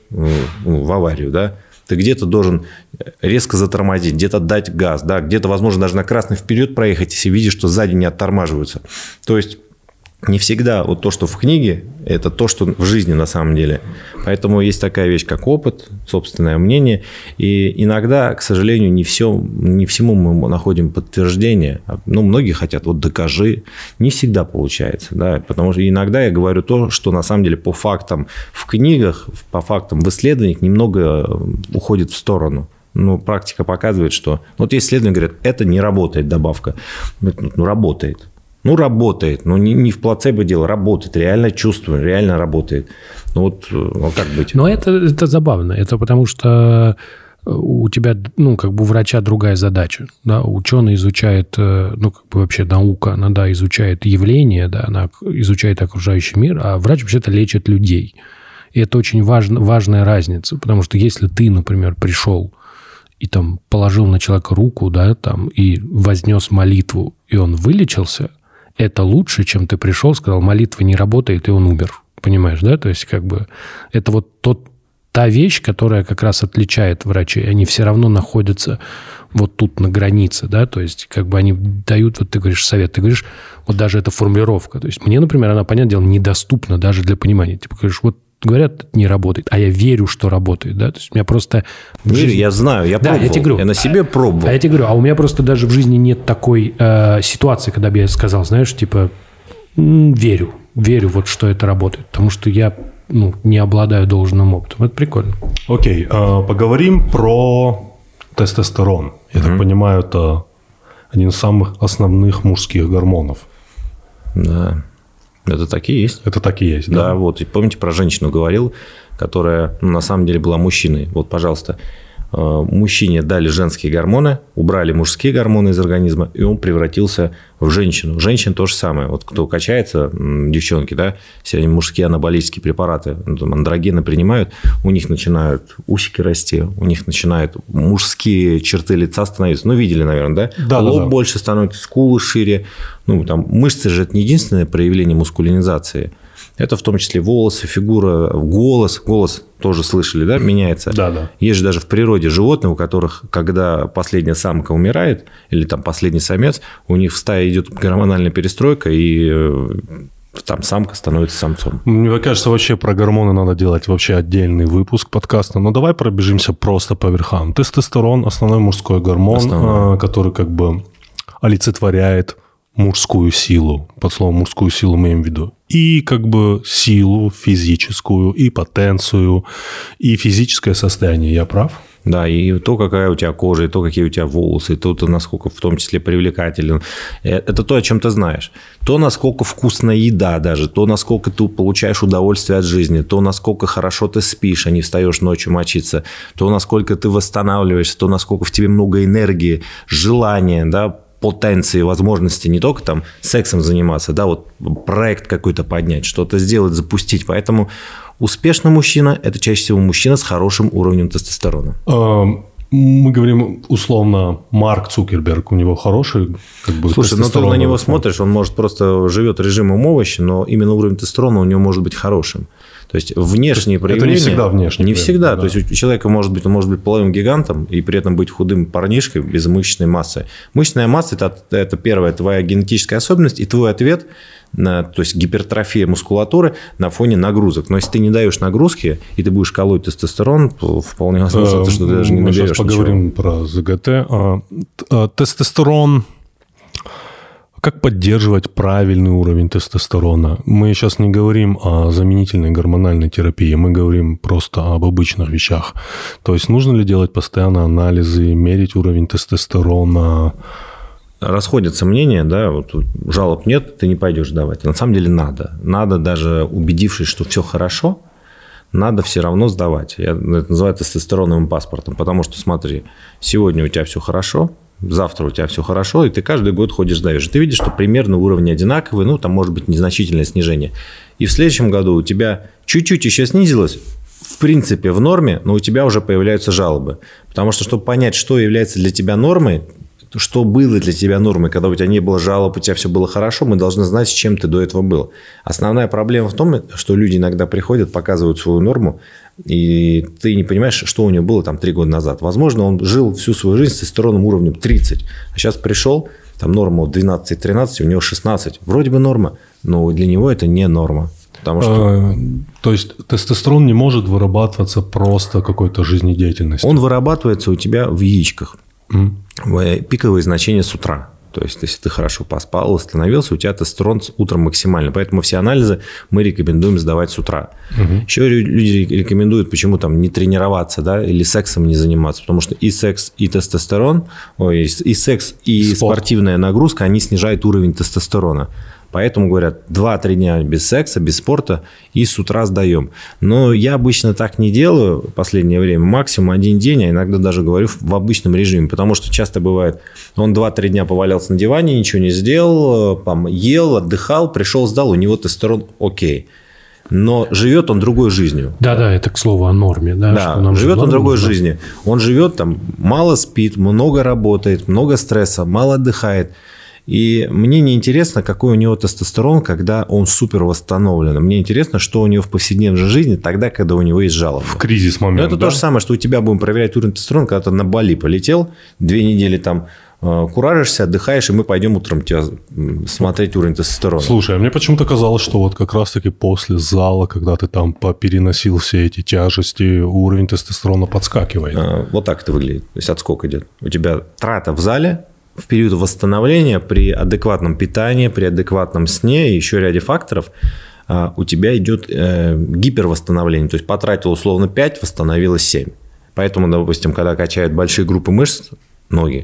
в аварию, да. Ты где-то должен резко затормозить, где-то дать газ, да, где-то, возможно, даже на красный вперед проехать, если видишь, что сзади не оттормаживаются. То есть не всегда вот то, что в книге, это то, что в жизни на самом деле. Поэтому есть такая вещь, как опыт, собственное мнение. И иногда, к сожалению, не, все, не всему мы находим подтверждение. Ну, многие хотят, вот докажи. Не всегда получается. Да? Потому что иногда я говорю то, что на самом деле по фактам в книгах, по фактам в исследованиях немного уходит в сторону. Ну, практика показывает, что... Вот есть исследования, говорят, это не работает добавка. Ну, работает. Ну, работает. Ну, не, не в плацебо дело, работает. Реально чувствую, реально работает. Ну, вот ну, как быть? Но это, это забавно. Это потому что у тебя, ну, как бы у врача другая задача. Да? Ученый изучает, ну, как бы вообще наука, она, да, изучает явления, да, она изучает окружающий мир, а врач вообще-то лечит людей. И это очень важно, важная разница. Потому что если ты, например, пришел и там положил на человека руку, да, там, и вознес молитву, и он вылечился, это лучше, чем ты пришел, сказал, молитва не работает, и он умер. Понимаешь, да? То есть, как бы, это вот тот, та вещь, которая как раз отличает врачей. Они все равно находятся вот тут на границе, да? То есть, как бы они дают, вот ты говоришь, совет, ты говоришь, вот даже эта формулировка. То есть, мне, например, она, понятное дело, недоступна даже для понимания. Типа, говоришь, вот говорят, не работает, а я верю, что работает, да, то есть у меня просто... В жизни... Я знаю, я да, пробовал, я, тебе говорю, я на себе пробовал. А я тебе говорю, а у меня просто даже в жизни нет такой э, ситуации, когда бы я сказал, знаешь, типа, верю, верю вот, что это работает, потому что я, ну, не обладаю должным опытом, это прикольно. Окей, э, поговорим про тестостерон. Я mm-hmm. так понимаю, это один из самых основных мужских гормонов. Да. Это так и есть. Это так и есть, да? Да, вот. И помните, про женщину говорил, которая ну, на самом деле была мужчиной. Вот, пожалуйста, мужчине дали женские гормоны, убрали мужские гормоны из организма, и он превратился в женщину. Женщин то же самое. Вот кто качается, девчонки, да, сегодня мужские анаболические препараты, там, андрогены принимают, у них начинают усики расти, у них начинают мужские черты лица становиться. Ну, видели, наверное, да? Да, лоб да, да. больше становится, скулы шире. Ну, там, мышцы же – это не единственное проявление мускулинизации. Это в том числе волосы, фигура, голос. Голос тоже слышали, да, меняется. Да, да. Есть же даже в природе животные, у которых, когда последняя самка умирает, или там последний самец, у них в стае идет гормональная перестройка, и там самка становится самцом. Мне кажется, вообще про гормоны надо делать вообще отдельный выпуск подкаста. Но давай пробежимся просто по верхам. Тестостерон – основной мужской гормон, основной. который как бы олицетворяет мужскую силу. Под словом мужскую силу мы имеем в виду и как бы силу физическую, и потенцию, и физическое состояние. Я прав? Да, и то, какая у тебя кожа, и то, какие у тебя волосы, и то, ты насколько в том числе привлекателен. Это то, о чем ты знаешь. То, насколько вкусная еда даже, то, насколько ты получаешь удовольствие от жизни, то, насколько хорошо ты спишь, а не встаешь ночью мочиться, то, насколько ты восстанавливаешься, то, насколько в тебе много энергии, желания, да, потенции, возможности не только там сексом заниматься, да, вот проект какой-то поднять, что-то сделать, запустить. Поэтому успешный мужчина – это чаще всего мужчина с хорошим уровнем тестостерона. Мы говорим условно, Марк Цукерберг, у него хороший как бы, Слушай, ну ты на него смотришь, он может просто живет режимом овощи, но именно уровень тестостерона у него может быть хорошим. То есть внешние То проявления... Это не всегда внешне. Не всегда. Да. То есть у человека может быть, он может быть половым гигантом и при этом быть худым парнишкой без мышечной массы. Мышечная масса – это, это первая твоя генетическая особенность и твой ответ, на, то есть гипертрофия мускулатуры на фоне нагрузок. Но если ты не даешь нагрузки и ты будешь колоть тестостерон, то вполне возможно, что ты даже не наберешь. Мы сейчас поговорим ничего. про ЗГТ. Тестостерон... Как поддерживать правильный уровень тестостерона? Мы сейчас не говорим о заменительной гормональной терапии, мы говорим просто об обычных вещах. То есть нужно ли делать постоянно анализы, мерить уровень тестостерона? Расходятся мнения, да, вот жалоб нет, ты не пойдешь давать. На самом деле надо. Надо, даже убедившись, что все хорошо, надо все равно сдавать. Я, это называю тестостероновым паспортом, потому что, смотри, сегодня у тебя все хорошо, завтра у тебя все хорошо, и ты каждый год ходишь, сдаешь. Ты видишь, что примерно уровни одинаковые, ну, там может быть незначительное снижение. И в следующем году у тебя чуть-чуть еще снизилось, в принципе, в норме, но у тебя уже появляются жалобы. Потому что, чтобы понять, что является для тебя нормой, что было для тебя нормой, когда у тебя не было жалоб, у тебя все было хорошо, мы должны знать, с чем ты до этого был. Основная проблема в том, что люди иногда приходят, показывают свою норму, и ты не понимаешь, что у него было там три года назад. Возможно, он жил всю свою жизнь с тестостероном уровнем тридцать, а сейчас пришел, там норма двенадцать-тринадцать, у него шестнадцать. Вроде бы норма, но для него это не норма. Потому что... То есть тестостерон не может вырабатываться просто какой-то жизнедеятельностью? Он вырабатывается у тебя в яичках. Mm. Пиковые значения с утра. То есть, если ты хорошо поспал, восстановился, у тебя тестостерон утром максимальный. Поэтому все анализы мы рекомендуем сдавать с утра. Угу. Еще люди рекомендуют, почему там не тренироваться, да, или сексом не заниматься. Потому что и секс, и тестостерон, ой, и секс, и Спорт. спортивная нагрузка, они снижают уровень тестостерона. Поэтому говорят, два-три дня без секса, без спорта и с утра сдаем. Но я обычно так не делаю в последнее время. Максимум один день, а иногда даже говорю в обычном режиме. Потому что часто бывает, он два-три дня повалялся на диване, ничего не сделал, там, ел, отдыхал, пришел, сдал, у него тестостерон окей. Но живет он другой жизнью. Да-да, это к слову о норме. Да, да что нам живет он другой нужно. жизнью. Он живет там, мало спит, много работает, много стресса, мало отдыхает. И мне не интересно, какой у него тестостерон, когда он супер восстановлен. Мне интересно, что у него в повседневной жизни тогда, когда у него есть жалобы. В кризис момент, Но это да? то же самое, что у тебя будем проверять уровень тестостерона, когда ты на Бали полетел, две недели там куражишься, отдыхаешь, и мы пойдем утром тебя смотреть уровень тестостерона. Слушай, а мне почему-то казалось, что вот как раз-таки после зала, когда ты там переносил все эти тяжести, уровень тестостерона подскакивает. Вот так это выглядит. То есть отскок идет. У тебя трата в зале, в период восстановления, при адекватном питании, при адекватном сне и еще ряде факторов у тебя идет гипервосстановление. То есть потратил условно пять, восстановилось семь. Поэтому, допустим, когда качают большие группы мышц, ноги,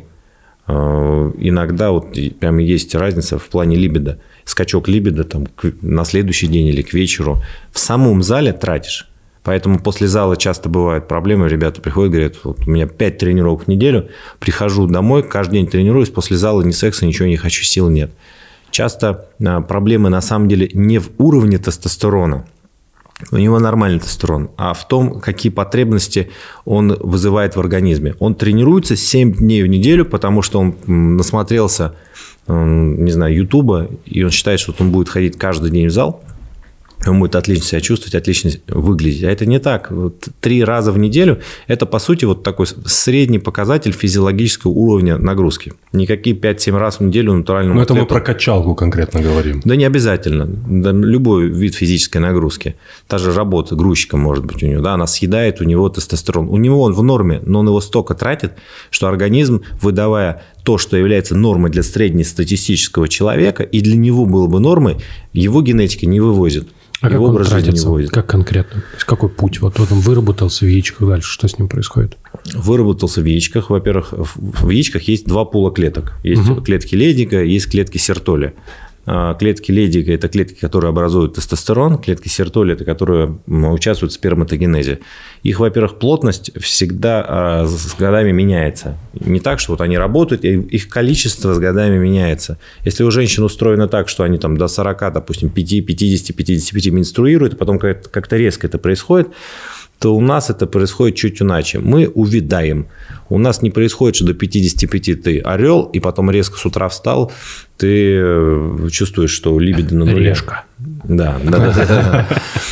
иногда вот прям есть разница в плане либидо. Скачок либидо там, на следующий день или к вечеру. В самом зале тратишь. Поэтому после зала часто бывают проблемы. Ребята приходят, говорят, вот у меня пять тренировок в неделю, прихожу домой, каждый день тренируюсь, после зала ни секса, ничего не хочу, сил нет. Часто проблемы на самом деле не в уровне тестостерона, у него нормальный тестостерон, а в том, какие потребности он вызывает в организме. Он тренируется семь дней в неделю, потому что он насмотрелся, не знаю, Ютуба, и он считает, что он будет ходить каждый день в зал. он будет отлично себя чувствовать, отлично выглядеть. А это не так. Вот три раза в неделю – это, по сути, вот такой средний показатель физиологического уровня нагрузки. Никакие пять-семь раз в неделю натуральному Но это атлету... мы про качалку конкретно говорим. Да не обязательно. Да, любой вид физической нагрузки. Та же работа грузчика, может быть, у него. Да, она съедает у него тестостерон. У него он в норме, но он его столько тратит, что организм, выдавая то, что является нормой для среднестатистического человека, и для него было бы нормой, его генетика не вывозит. А его как он образ жизни тратится? не вывозит. Как конкретно? Какой путь? Вот, вот он выработался в яичках, дальше что с ним происходит? Выработался в яичках. Во-первых, в яичках есть два пула клеток. Есть угу. клетки Лейдига, есть клетки Сертоли. Клетки Лейдига – это клетки, которые образуют тестостерон. Клетки Сертоли – это которые участвуют в сперматогенезе. Их, во-первых, плотность всегда с годами меняется. Не так, что вот они работают, и их количество с годами меняется. Если у женщин устроено так, что они там до сорока, допустим, пяти, пятидесяти, пятидесяти пяти менструируют, а потом как-то резко это происходит, то у нас это происходит чуть иначе. Мы увядаем. У нас не происходит, что до пятидесяти пяти ты орел, и потом резко с утра встал, ты чувствуешь, что либидо на нуле. Решка. Да, да, да, да.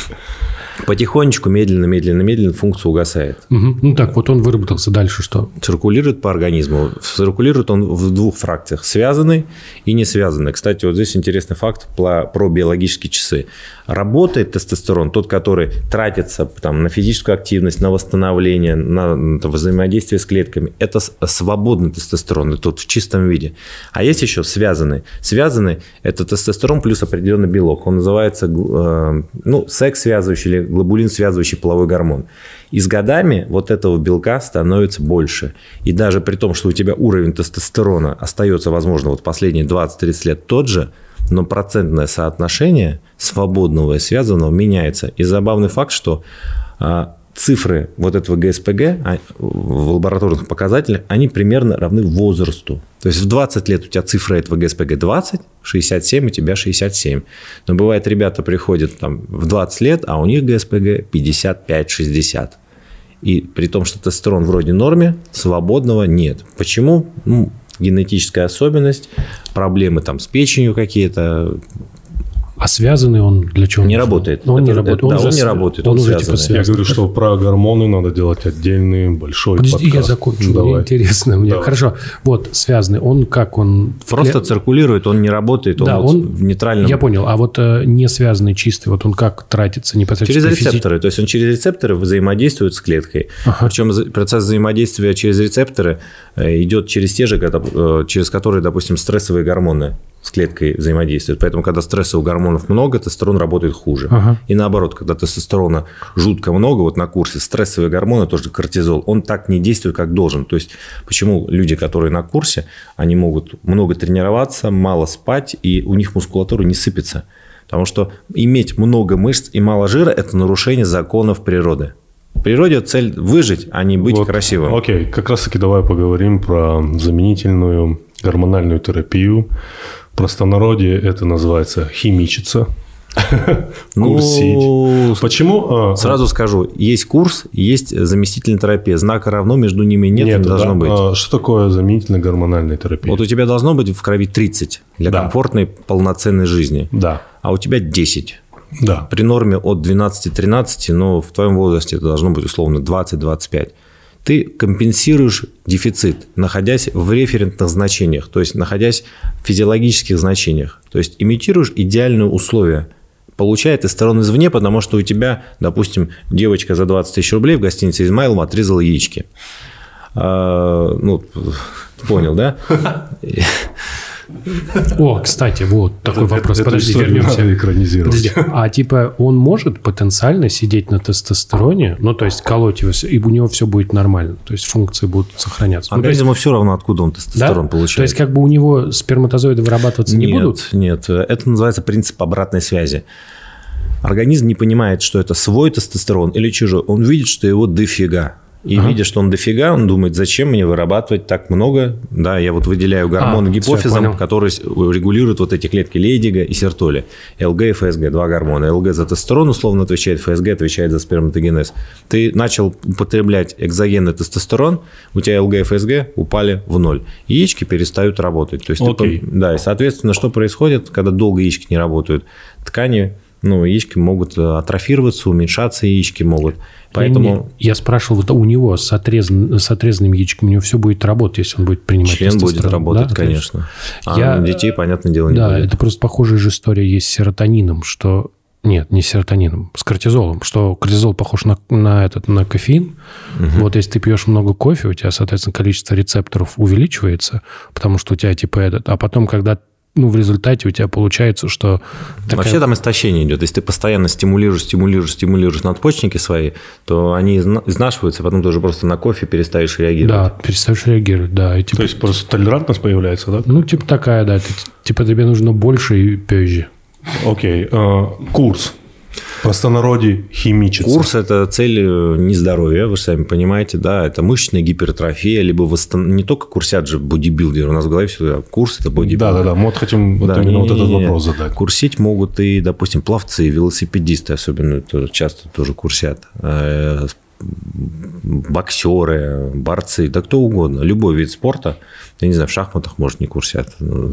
Потихонечку, медленно, медленно, медленно функция угасает. Угу. Ну так, вот он выработался, дальше что? Циркулирует по организму. Циркулирует он в двух фракциях. Связанный и не связанный. Кстати, вот здесь интересный факт про, про биологические часы. Работает тестостерон, тот, который тратится там, на физическую активность, на восстановление, на, на взаимодействие с клетками. Это свободный тестостерон, тот в чистом виде. А есть еще связанный. Связанный – это тестостерон плюс определенный белок. Он называется э, ну, секс-связывающий или глобулин-связывающий половой гормон. И с годами вот этого белка становится больше. И даже при том, что у тебя уровень тестостерона остается, возможно, вот последние двадцать-тридцать лет тот же, но процентное соотношение свободного и связанного меняется. И забавный факт, что а, цифры вот этого ГСПГ а, в лабораторных показателях, они примерно равны возрасту. То есть в двадцать лет у тебя цифра этого ГСПГ двадцать, шестьдесят семь, у тебя шестьдесят семь. Но бывает, ребята приходят там, в двадцать лет, а у них ГСПГ пятьдесят пять шестьдесят. И при том, что тестостерон вроде норме, свободного нет. Почему? Ну, генетическая особенность, проблемы там с печенью какие-то. А связанный он для чего? Не работает. Он это, не работает. Это, он да, уже, он не работает. Он он уже типа Я говорю, что про гормоны надо делать отдельный большой Подожди, подкаст. я закончу. Давай. Мне интересно. Мне. Давай. Хорошо. Вот, связанный. Он как он... Просто циркулирует, он не работает, он, да, вот он в нейтральном... Я понял. А вот э, не связанный чистый, вот он как тратится непосредственно? Через физи... рецепторы. То есть, он через рецепторы взаимодействует с клеткой. Ага. Причем процесс взаимодействия через рецепторы идет через те же, через которые, допустим, стрессовые гормоны с клеткой взаимодействуют. Поэтому, когда стрессовых гормонов много, тестостерон работает хуже. Ага. И наоборот, когда тестостерона жутко много, вот на курсе стрессовые гормоны, тоже кортизол, он так не действует, как должен. То есть, почему люди, которые на курсе, они могут много тренироваться, мало спать, и у них мускулатура не сыпется. Потому что иметь много мышц и мало жира – это нарушение законов природы. В природе цель выжить, а не быть вот, красивым. Окей, как раз таки давай поговорим про заменительную гормональную терапию. В простонародье это называется химичиться, курсить. Ну, Почему? Сразу скажу, есть курс, есть заместительная терапия. Знака равно между ними нет, Нет, не должно да. быть. А что такое заменительная гормональная терапия? Вот у тебя должно быть в крови тридцать для Да. комфортной полноценной жизни, Да, а у тебя десять. да. При норме от двенадцати-тринадцати, но в твоем возрасте это должно быть условно двадцать-двадцать пять. Ты компенсируешь дефицит, находясь в референтных значениях, то есть находясь в физиологических значениях. То есть имитируешь идеальные условия. Получает тестостерон извне, потому что у тебя, допустим, девочка за двадцать тысяч рублей в гостинице Измайлова отрезала яички. А, ну, понял, да? О, кстати, вот такой Это- вопрос. эту Подожди, историю вернемся. надо экранизировать. Подожди. А типа он может потенциально сидеть на тестостероне, ну, то есть колоть его, и у него все будет нормально, то есть функции будут сохраняться. Ну, то есть- Организму все равно, откуда он да? тестостерон получает. То есть как бы у него сперматозоиды вырабатываться не Нет, будут? Нет, это называется принцип обратной связи. Организм не понимает, что это свой тестостерон или чужой. Он видит, что его дофига. И Ага. видя, что он дофига, он думает, зачем мне вырабатывать так много. Да, я вот выделяю гормоны А, всё, я гипофизом, понял. которые регулируют вот эти клетки Лейдига и Сертоли. ЛГ и ФСГ, два гормона. ЛГ за тестостерон условно отвечает, ФСГ отвечает за сперматогенез. Ты начал употреблять экзогенный тестостерон, у тебя ЛГ и ФСГ упали в ноль. Яички перестают работать. То есть ты Окей. пом- да, и, соответственно, что происходит, когда долго яички не работают? Ткани ну, яички могут атрофироваться, уменьшаться яички могут. Поэтому... Я, я спрашивал, вот у него с, отрезан, с отрезанным яичком, у него все будет работать, если он будет принимать член тестостерон. будет работать, да? конечно. А я... детей, понятное дело, не да, будет. Да, это просто похожая же история есть с серотонином, что... Нет, не с серотонином, с кортизолом, что кортизол похож на, на, этот, на кофеин. Угу. Вот если ты пьешь много кофе, у тебя, соответственно, количество рецепторов увеличивается, потому что у тебя типа этот... А потом, когда... Ну, в результате у тебя получается, что... Такая... Вообще там истощение идет. Если ты постоянно стимулируешь, стимулируешь, стимулируешь надпочечники свои, то они изнашиваются, потом ты уже просто на кофе перестаешь реагировать. Да, перестаешь реагировать, да. И, типа... То есть просто толерантность появляется, да? Ну, типа такая, да. Ты, типа тебе нужно больше и позже. Окей. А, курс. Простонародье химичится. Курс – это цель не здоровья, вы же сами понимаете, да, это мышечная гипертрофия, либо восстан... не только курсят же бодибилдеры, у нас в голове все, курс – это бодибилдер. Да-да-да, мы вот хотим вот да, именно не, вот этот не, вопрос задать. Курсить могут и, допустим, пловцы, велосипедисты, особенно тоже, часто тоже курсят, боксеры, борцы, да кто угодно, любой вид спорта, я не знаю, в шахматах, может, не курсят.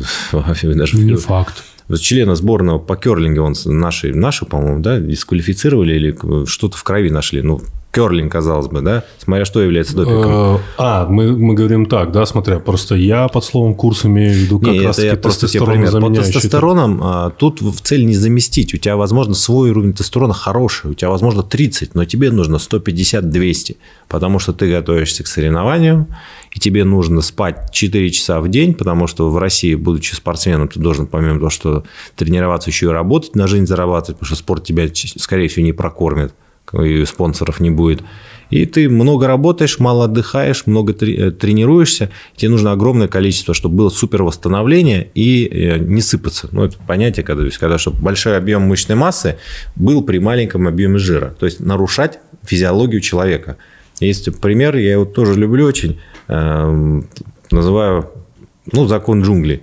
Даже не факт. Члена сборного по керлингу, он наши, наши, по-моему, да, дисквалифицировали или что-то в крови нашли. Ну, керлинг, казалось бы, да, смотря что является допингом. А, мы, мы говорим так, да, смотря, просто я под словом курс имею в виду как не, раз-таки тестостерон. Под тестостероном а, тут цель не заместить. У тебя, возможно, свой уровень тестостерона хороший, у тебя, возможно, тридцать, но тебе нужно сто пятьдесят - двести, потому что ты готовишься к соревнованию, и тебе нужно спать четыре часа в день, потому что в России, будучи спортсменом, ты должен, помимо того, что тренироваться, еще и работать, на жизнь зарабатывать, потому что спорт тебя, скорее всего, не прокормит, и спонсоров не будет. И ты много работаешь, мало отдыхаешь, много тренируешься, тебе нужно огромное количество, чтобы было супер восстановление и не сыпаться. Ну, это понятие, когда, то есть, когда чтобы большой объем мышечной массы был при маленьком объеме жира, то есть нарушать физиологию человека. Есть пример, я его тоже люблю очень, э, называю, ну, закон джунглей.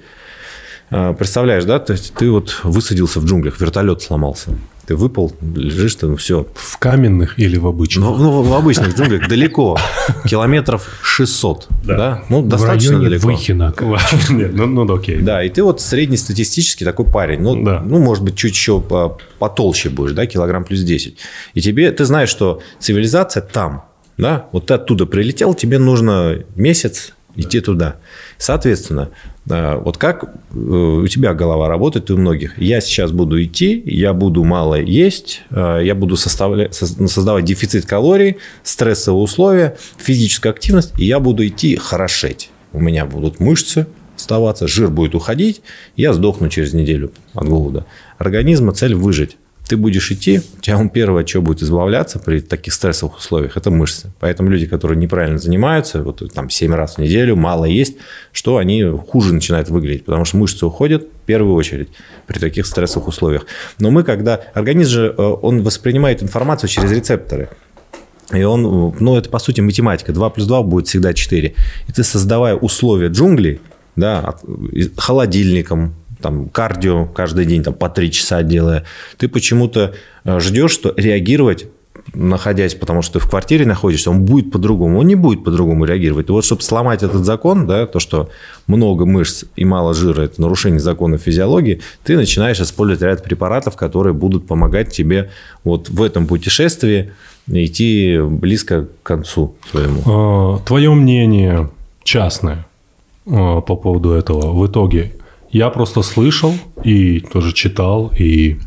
Э, представляешь, да, то есть ты вот высадился в джунглях, вертолет сломался. Ты выпал, лежишь, ты, ну, все. В каменных или в обычных? Ну, ну в обычных джунглях далеко, километров шестьсот, да, да? Ну, достаточно в далеко. Выхина. Нет, ну, ну, окей. Да, и ты вот среднестатистический такой парень, ну, да. ну, может быть, чуть еще потолще будешь, да, килограмм плюс десять. И тебе, ты знаешь, что цивилизация там, да, вот ты оттуда прилетел, тебе нужно месяц идти туда. Соответственно, вот как у тебя голова работает и у многих. Я сейчас буду идти, я буду мало есть, я буду составлять, создавать дефицит калорий, стрессовые условия, физическую активность, и я буду идти хорошеть. У меня будут мышцы оставаться, жир будет уходить, я сдохну через неделю от голода. Организма цель выжить. Ты будешь идти, у тебя он первое, что будет избавляться при таких стрессовых условиях, это мышцы. Поэтому люди, которые неправильно занимаются, вот там семь раз в неделю, мало есть, что они хуже начинают выглядеть, потому что мышцы уходят в первую очередь при таких стрессовых условиях. Но мы, когда... Организм же, он воспринимает информацию через рецепторы. И он, ну, это по сути математика. два плюс два будет всегда четыре. И ты, создавая условия джунглей, да, холодильником, там, кардио каждый день там, по три часа делая, ты почему-то ждешь, что реагировать, находясь, потому что ты в квартире находишься, он будет по-другому. Он не будет по-другому реагировать. И вот, чтобы сломать этот закон, да, то, что много мышц и мало жира – это нарушение закона физиологии, ты начинаешь использовать ряд препаратов, которые будут помогать тебе вот в этом путешествии идти близко к концу своему. Твое мнение частное по поводу этого в итоге? Я просто слышал и тоже читал, и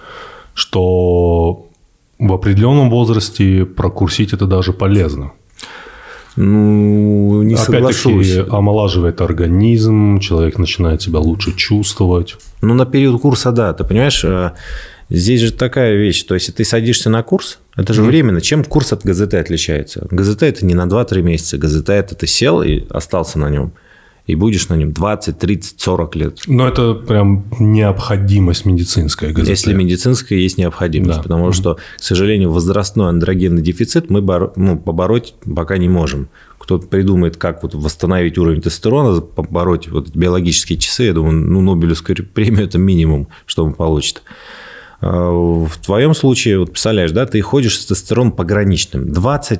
что в определенном возрасте прокурсить это даже полезно. Ну, не соглашусь. Опять-таки омолаживает организм, человек начинает себя лучше чувствовать. Ну, на период курса, да. Ты понимаешь, здесь же такая вещь, то есть, если ты садишься на курс, это же mm-hmm. временно. Чем курс от ГЗТ отличается? ГЗТ – это не на два-три месяца. ГЗТ – это ты сел и остался на нем. И будешь на нем двадцать, тридцать, сорок лет. Но это прям необходимость медицинская. ГЗТ. Если медицинская, есть необходимость. Да. Потому что, к сожалению, возрастной андрогенный дефицит мы боро... ну, побороть пока не можем. Кто-то придумает, как вот восстановить уровень тестостерона, побороть вот биологические часы. Я думаю, ну, Нобелевскую премию – это минимум, что он получит. В твоем случае, вот представляешь, да, ты ходишь с тестостероном пограничным. двадцать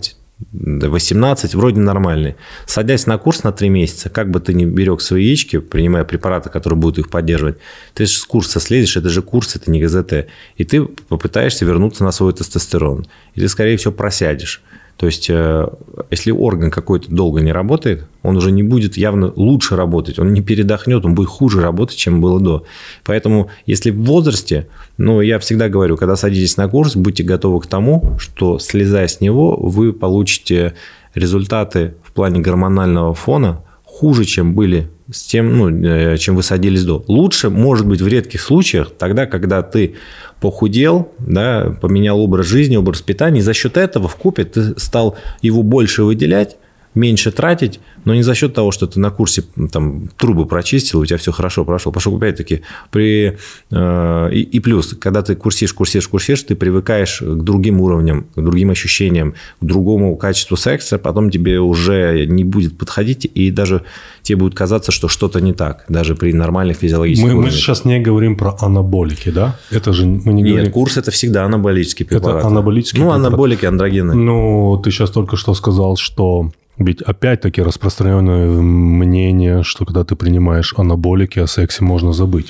восемнадцать, вроде нормальный. Садясь на курс на три месяца, как бы ты ни берег свои яички, принимая препараты, которые будут их поддерживать, ты же с курса слезешь, это же курс, это не ГЗТ, и ты попытаешься вернуться на свой тестостерон, и ты, скорее всего, просядешь. То есть, если орган какой-то долго не работает, он уже не будет явно лучше работать, он не передохнет, он будет хуже работать, чем было до. Поэтому, если в возрасте, ну, я всегда говорю, когда садитесь на курс, будьте готовы к тому, что, слезая с него, вы получите результаты в плане гормонального фона хуже, чем были с тем, ну, чем вы садились до. Лучше, может быть, в редких случаях, тогда, когда ты похудел, да, поменял образ жизни, образ питания, и за счет этого вкупе ты стал его больше выделять, меньше тратить, но не за счет того, что ты на курсе там, трубы прочистил, у тебя все хорошо прошло. Потому что, опять-таки, при, э, и, и плюс, когда ты курсишь, курсишь, курсишь, ты привыкаешь к другим уровням, к другим ощущениям, к другому качеству секса, потом тебе уже не будет подходить, и даже тебе будет казаться, что что-то не так, даже при нормальных физиологических мы, уровнях. Мы сейчас не говорим про анаболики, да? Это же мы не Нет, говорим... курс – это всегда анаболический препарат. Это анаболический Ну, препарат. анаболики, андрогены. Ну, ты сейчас только что сказал, что... Ведь опять-таки распространенное мнение, что когда ты принимаешь анаболики, о сексе можно забыть.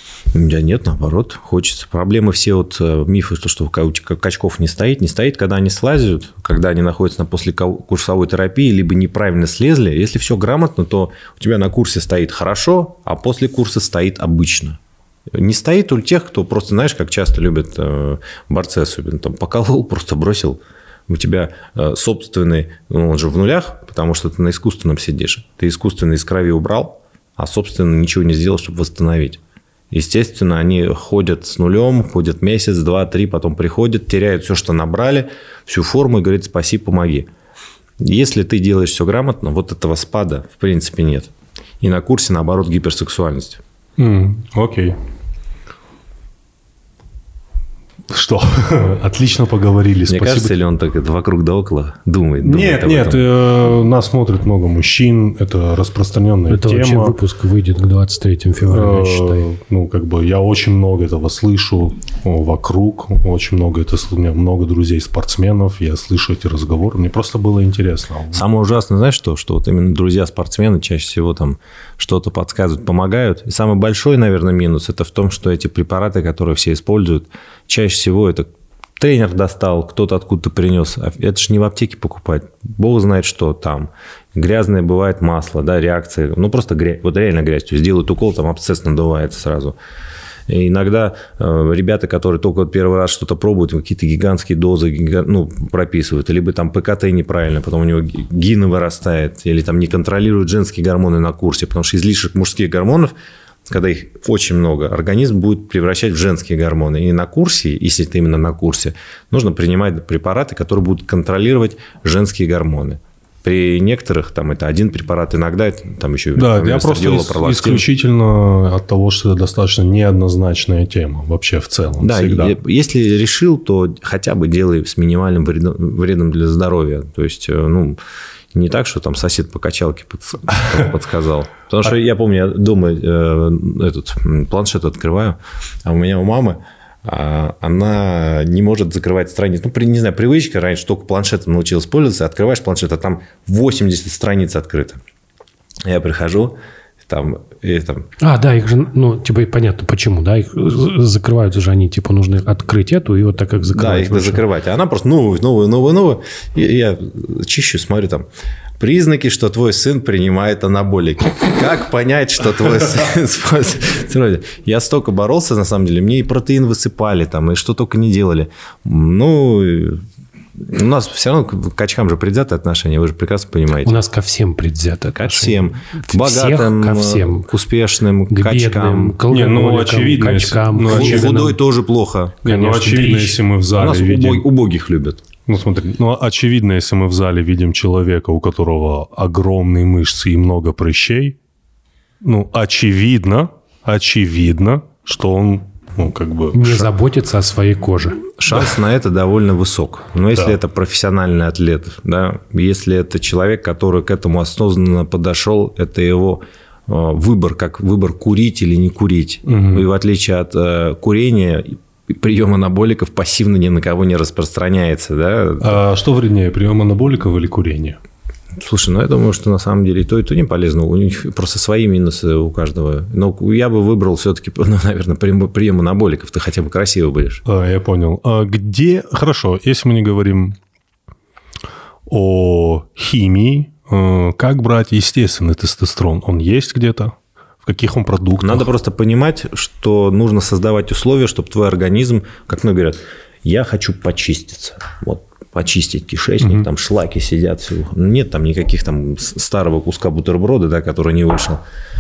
Да нет, наоборот, хочется. Проблемы все, вот мифы, что, что качков не стоит, не стоит, когда они слазят, когда они находятся на послекурсовой терапии, либо неправильно слезли. Если все грамотно, то у тебя на курсе стоит хорошо, а после курса стоит обычно. Не стоит у тех, кто просто, знаешь, как часто любят борцы особенно, там поколол, просто бросил. У тебя собственный, ну, он же в нулях, потому что ты на искусственном сидишь. Ты искусственно из крови убрал, а собственно ничего не сделал, чтобы восстановить. Естественно, они ходят с нулем, ходят месяц, два, три, потом приходят, теряют все, что набрали, всю форму и говорят: спаси, помоги. Если ты делаешь все грамотно, вот этого спада в принципе нет. И на курсе, наоборот, гиперсексуальность. Mm, окей. Что? Отлично поговорили. Мне Спасибо. кажется, или он так это вокруг да около думает? Нет, думает нет, э, нас смотрит много мужчин, это распространенная это тема. Это вообще выпуск выйдет к двадцать третьему февраля, э, считай. Ну, как бы я очень много этого слышу вокруг, очень много это, у меня много друзей-спортсменов, я слышу эти разговоры, мне просто было интересно. Самое ужасное, знаешь что? Что вот именно друзья-спортсмены чаще всего там что-то подсказывают, помогают. И самый большой, наверное, минус – это в том, что эти препараты, которые все используют, чаще всего это тренер достал, кто-то откуда-то принес. Это же не в аптеке покупать. Бог знает, что там. Грязное бывает масло, да, реакция. Ну, просто грязь. Вот реально грязь. То есть делают укол, там абсцесс надувается сразу. И иногда э, ребята, которые только вот первый раз что-то пробуют, какие-то гигантские дозы гига... ну, прописывают. Либо там ПКТ неправильно, потом у него гины вырастает. Или там не контролируют женские гормоны на курсе. Потому что излишек мужских гормонов, когда их очень много, организм будет превращать в женские гормоны. И на курсе, если ты именно на курсе, нужно принимать препараты, которые будут контролировать женские гормоны. При некоторых там это один препарат, иногда это, там еще... Да, я просто ис- исключительно от того, что это достаточно неоднозначная тема вообще в целом. Да, всегда. Если решил, то хотя бы делай с минимальным вредом, вредом для здоровья. То есть, ну... Не так, что там сосед по качалке подсказал. Потому что я помню, я дома этот планшет открываю, а у меня у мамы она не может закрывать страниц. Ну, не знаю, привычка, раньше только планшетом научилась пользоваться, открываешь планшет, а там восемьдесят страниц открыто. Я прихожу, там, и там... А, да, их же, ну, типа, понятно, почему, да, их закрывают же они, типа, нужно открыть эту, и вот так как закрывать. Да, их надо закрывать, а она просто новую, новую, новую, новую, и я чищу, смотрю там, признаки, что твой сын принимает анаболики. Как понять, что твой сын... Я столько боролся, на самом деле, мне и протеин высыпали там, и что только не делали. Ну... У нас все равно к качкам же предвзятое отношение, вы же прекрасно понимаете. У нас ко всем предвзятое отношение. Ко всем. К богатым, ко всем. К успешным, к качкам. К алкоголикам, ну, очевидно, качкам. Ну, очевидно. Худой тоже плохо. Конечно, ну, очевидно, дрищ. если мы в зале У нас видим... убогих любят. Ну, смотри, ну, очевидно, если мы в зале видим человека, у которого огромные мышцы и много прыщей, ну, очевидно, очевидно, что он... Ну, как бы... Не заботиться о своей коже. Шанс да. на это довольно высок. Но если да. это профессиональный атлет, да, если это человек, который к этому осознанно подошел, это его выбор, как выбор курить или не курить. Угу. И в отличие от курения, прием анаболиков пассивно ни на кого не распространяется. Да? А что вреднее, прием анаболиков или курение? Слушай, ну я думаю, что на самом деле и то, и то не полезно. У них просто свои минусы у каждого. Но я бы выбрал все-таки, ну, наверное, прием анаболиков. Ты хотя бы красиво будешь. А, я понял. А где... Хорошо, если мы не говорим о химии, как брать естественный тестостерон? Он есть где-то? В каких он продуктах? Надо просто понимать, что нужно создавать условия, чтобы твой организм, как мне говорят, я хочу почиститься. Вот. Почистить кишечник, угу. там шлаки сидят, все. Нет там никаких там старого куска бутерброда, да, который не вышел.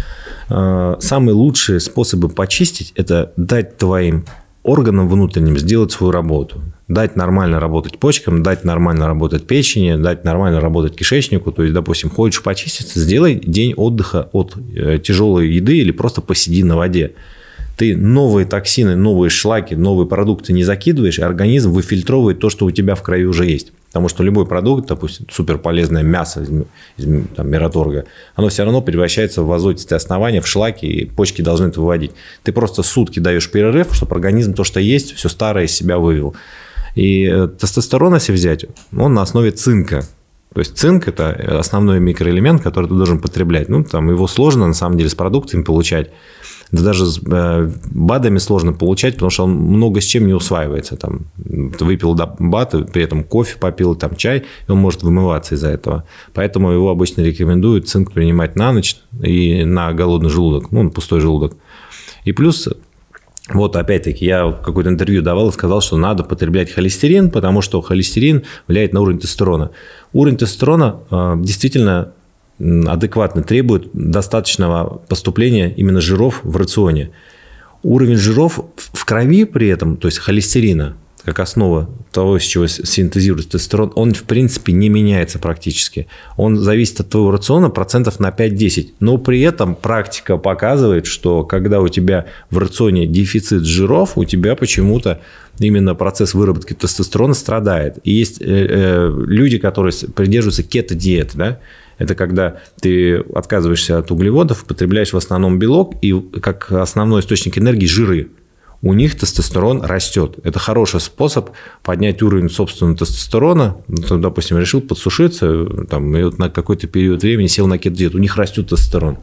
Самые лучшие способы почистить – это дать твоим органам внутренним сделать свою работу. Дать нормально работать почкам, дать нормально работать печени, дать нормально работать кишечнику. То есть, допустим, хочешь почиститься, сделай день отдыха от тяжелой еды или просто посиди на воде. Ты новые токсины, новые шлаки, новые продукты не закидываешь, и организм выфильтровывает то, что у тебя в крови уже есть. Потому что любой продукт, допустим, суперполезное мясо из, из там, мираторга, оно все равно превращается в азотистые основания, в шлаки, и почки должны это выводить. Ты просто сутки даешь перерыв, чтобы организм то, что есть, все старое из себя вывел. И тестостерон, если взять, он на основе цинка. То есть цинк – это основной микроэлемент, который ты должен потреблять. Ну, там его сложно, на самом деле, с продуктами получать. Да даже с БАДами сложно получать, потому что он много с чем не усваивается. Там, ты выпил БАД, при этом кофе попил, там, чай, и он может вымываться из-за этого. Поэтому его обычно рекомендуют цинк принимать на ночь и на голодный желудок, ну, на пустой желудок. И плюс, вот опять-таки, я в какое-то интервью давал и сказал, что надо потреблять холестерин, потому что холестерин влияет на уровень тестостерона. Уровень тестостерона действительно адекватно требует достаточного поступления именно жиров в рационе. Уровень жиров в крови при этом, то есть холестерина, как основа того, из чего синтезируется тестостерон, он, в принципе, не меняется практически. Он зависит от твоего рациона процентов на пять-десять. Но при этом практика показывает, что когда у тебя в рационе дефицит жиров, у тебя почему-то именно процесс выработки тестостерона страдает. И есть люди, которые придерживаются кето-диеты, да? Это когда ты отказываешься от углеводов, потребляешь в основном белок и как основной источник энергии жиры. У них тестостерон растет. Это хороший способ поднять уровень собственного тестостерона. Ну, допустим, решил подсушиться, там, и вот на какой-то период времени сел на кето-диету. У них растет тестостерон.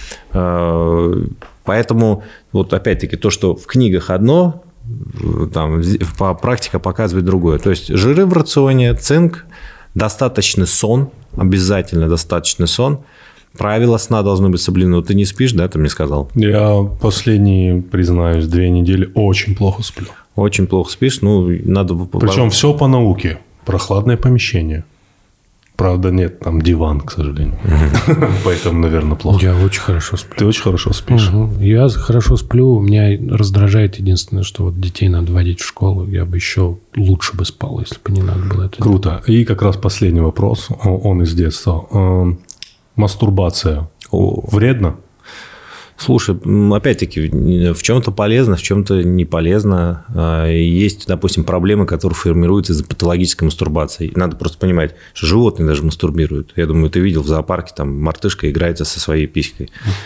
Поэтому, вот опять-таки, то, что в книгах одно, там, практика показывает другое. То есть жиры в рационе, цинк, достаточный сон, обязательно достаточный сон. Правила сна должны быть соблюдены. Ты не спишь, да, ты мне сказал? Я последние, признаюсь, две недели очень плохо сплю. Очень плохо спишь, ну, надо... Причем все по науке. Прохладное помещение. Правда, нет, там диван, к сожалению. Угу. Поэтому, наверное, плохо. Я очень хорошо сплю. Ты очень хорошо спишь. Угу. Я хорошо сплю. Меня раздражает единственное, что вот детей надо водить в школу. Я бы еще лучше бы спал, если бы не надо было это Круто. Делать. И как раз последний вопрос. Он из детства. Мастурбация. О. Вредно? Слушай, опять-таки, в чем-то полезно, в чем-то не полезно. Есть, допустим, проблемы, которые формируются из-за патологической мастурбации. Надо просто понимать, что животные даже мастурбируют. Я думаю, ты видел в зоопарке, там мартышка играется со своей писькой.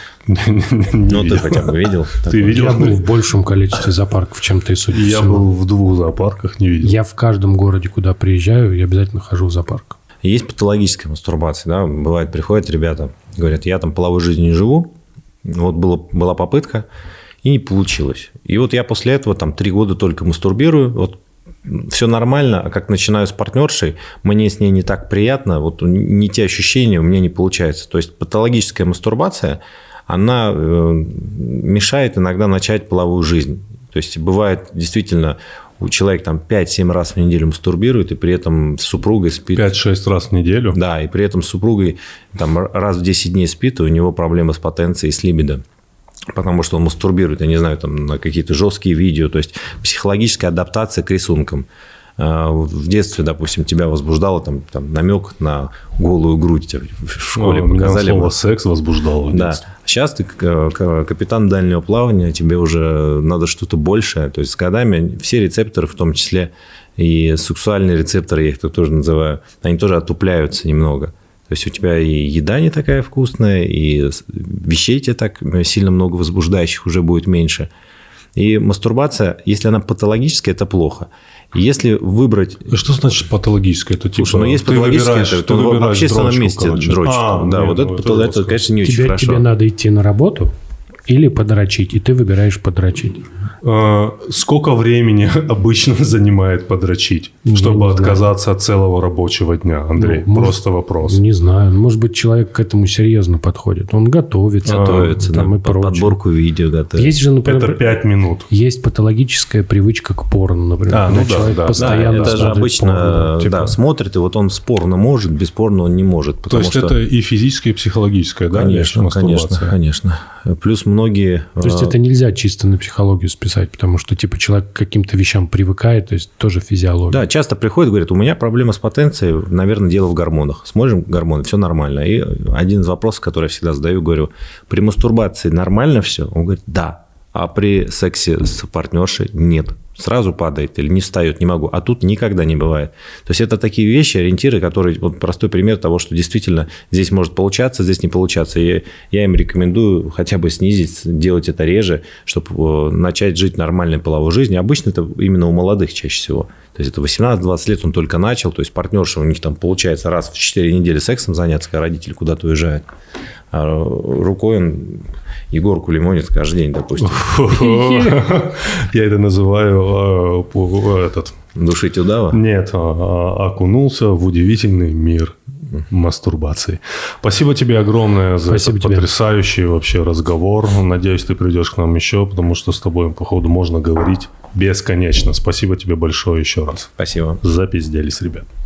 Ну, ты хотя бы видел. Ты видел? Я был в большем количестве зоопарков, чем ты, судя по всему. Я был в двух зоопарках, не видел. Я в каждом городе, куда приезжаю, я обязательно хожу в зоопарк. Есть патологическая мастурбация, да, бывает, приходят ребята, говорят, я там половой жизнью не живу, вот было, была попытка, и не получилось. И вот я после этого там три года только мастурбирую, вот все нормально, а как начинаю с партнершей, мне с ней не так приятно, вот не те ощущения у меня не получается. То есть патологическая мастурбация, она мешает иногда начать половую жизнь. То есть бывает действительно... У человека там пять-семь раз в неделю мастурбирует, и при этом с супругой спит. пять-шесть раз в неделю? Да, и при этом с супругой там, раз в десять дней спит, и у него проблемы с потенцией, с либидо. Потому что он мастурбирует, я не знаю, там, на какие-то жесткие видео. То есть психологическая адаптация к рисункам. В детстве, допустим, тебя возбуждало там, там, намек на голую грудь. В школе а, показали. Меня слово «секс» возбуждало. Да. Сейчас ты капитан дальнего плавания, тебе уже надо что-то большее. То есть с годами все рецепторы, в том числе и сексуальные рецепторы, я их тоже называю, они тоже отупляются немного. То есть у тебя и еда не такая вкусная, и вещей тебе так сильно много возбуждающих уже будет меньше. И мастурбация, если она патологическая, это плохо. Если выбрать... Что значит патологическое? Это типа... Слушай, ну есть патологическое, это ты в общественном месте дрочку. А, да, вот это, это, это, конечно, не очень тебе, хорошо. Тебе надо идти на работу или подрочить, и ты выбираешь подрочить. А, сколько времени обычно занимает подрочить, не, чтобы не отказаться знаю. От целого рабочего дня, Андрей? Ну, Просто может, вопрос. Не знаю. Может быть, человек к этому серьезно подходит. Он готовится. Готовится, там, да, и прочее. Подборку видео готовит. Есть же, например, это пять минут. Есть патологическая привычка к порно, например. А, ну да, человек да, постоянно да, это же обычно порно, типа... да, смотрит, и вот он с порно может, без порно он не может. То есть, что... это и физическое, и психологическое, да? Конечно, конечно, конечно. Плюс многие... То есть, это нельзя чисто на психологию списать, потому что, типа, человек к каким-то вещам привыкает, то есть, тоже физиология. Да, часто приходят, говорят, у меня проблема с потенцией, наверное, дело в гормонах. Смотрим гормоны, все нормально. И один из вопросов, который я всегда задаю, говорю, при мастурбации нормально все? Он говорит, да. А при сексе с партнершей нет. Сразу падает или не встает, не могу. А тут никогда не бывает. То есть, это такие вещи, ориентиры, которые... Вот простой пример того, что действительно здесь может получаться, здесь не получаться. И я им рекомендую хотя бы снизить, делать это реже, чтобы начать жить нормальной половой жизнью. Обычно это именно у молодых чаще всего. То есть, это восемнадцать-двадцать лет он только начал. То есть, партнерша у них там получается раз в четыре недели сексом заняться, когда родители куда-то уезжают. А рукой он Егорку лимонит каждый день, допустим. Я это называю этот... Душить удава? Нет, окунулся в удивительный мир мастурбации. Спасибо тебе огромное за Спасибо этот тебе. потрясающий вообще разговор. Надеюсь, ты придешь к нам еще, потому что с тобой, походу, можно говорить бесконечно. Спасибо тебе большое еще раз. Спасибо. Запись делись, ребят.